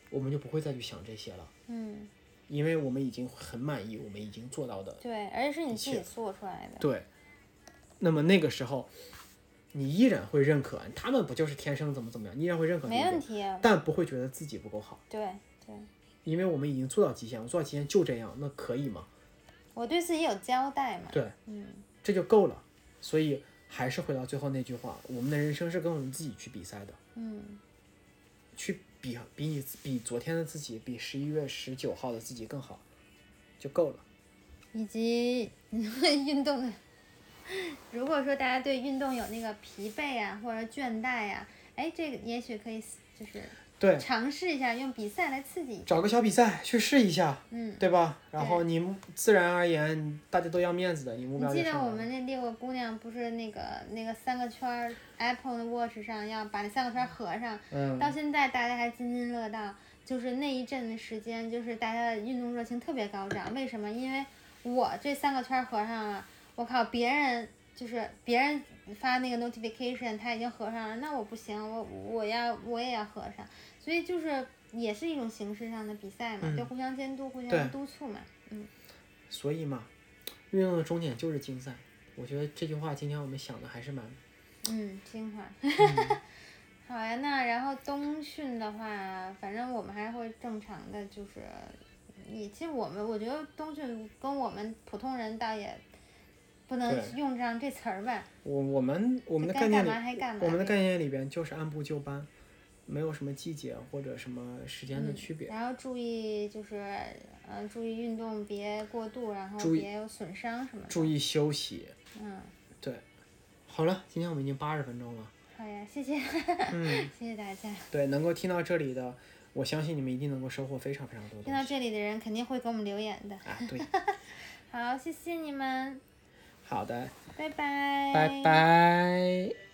我们就不会再去想这些了。因为我们已经很满意我们已经做到的。 对，而且是你自己做出来的。 对，那么那个时候你依然会认可他们，不就是天生怎么样，你依然会认可， 没问题啊， 但不会觉得自己不够好。 对， 因为我们已经做到极限，我做到极限就这样，那可以吗？ 我对自己有交代嘛。 对，这就够了。所以还是回到最后那句话，我们的人生是跟我们自己去比赛的。去比昨天的自己，比11月19号的自己更好，就够了。 以及运动，如果说大家对运动有那个疲惫啊或者倦怠啊，这个也许可以就是对尝试一下用比赛来刺激， 找个小比赛去试一下，对吧？然后你自然而然大家都要面子的，你目标就上来了。 你记得我们那6个姑娘不是那个3个圈 Apple 的 Watch 上要把那3个圈合上，到现在大家还津津乐道，就是那一阵的时间，就是大家的运动热情特别高涨。为什么？因为我这3个圈合上了，我靠，别人发那个 notification 他已经合上了，那我不行，我也要合上，所以就是也是一种形式上的比赛嘛，就互相监督，互相督促嘛。 所以嘛，运动的终点就是竞赛。我觉得这句话今天我们想的还是蛮精华。好呀，那然后冬训的话，反正我们还会正常的，就是其实我觉得冬训跟我们普通人倒也不能用上这词儿吧。 我们的概念里，我们的概念里边就是按部就班，没有什么季节或者什么时间的区别。 然后注意就是注意运动别过度，然后别有损伤什么的。 注意休息。对。好了，今天我们已经80分钟了。 好呀，谢谢。谢谢大家。 对，能够听到这里的，我相信你们一定能够收获非常非常多的东西。 听到这里的人肯定会给我们留言的。 对。 好，谢谢你们。 好的。 拜拜。 拜拜。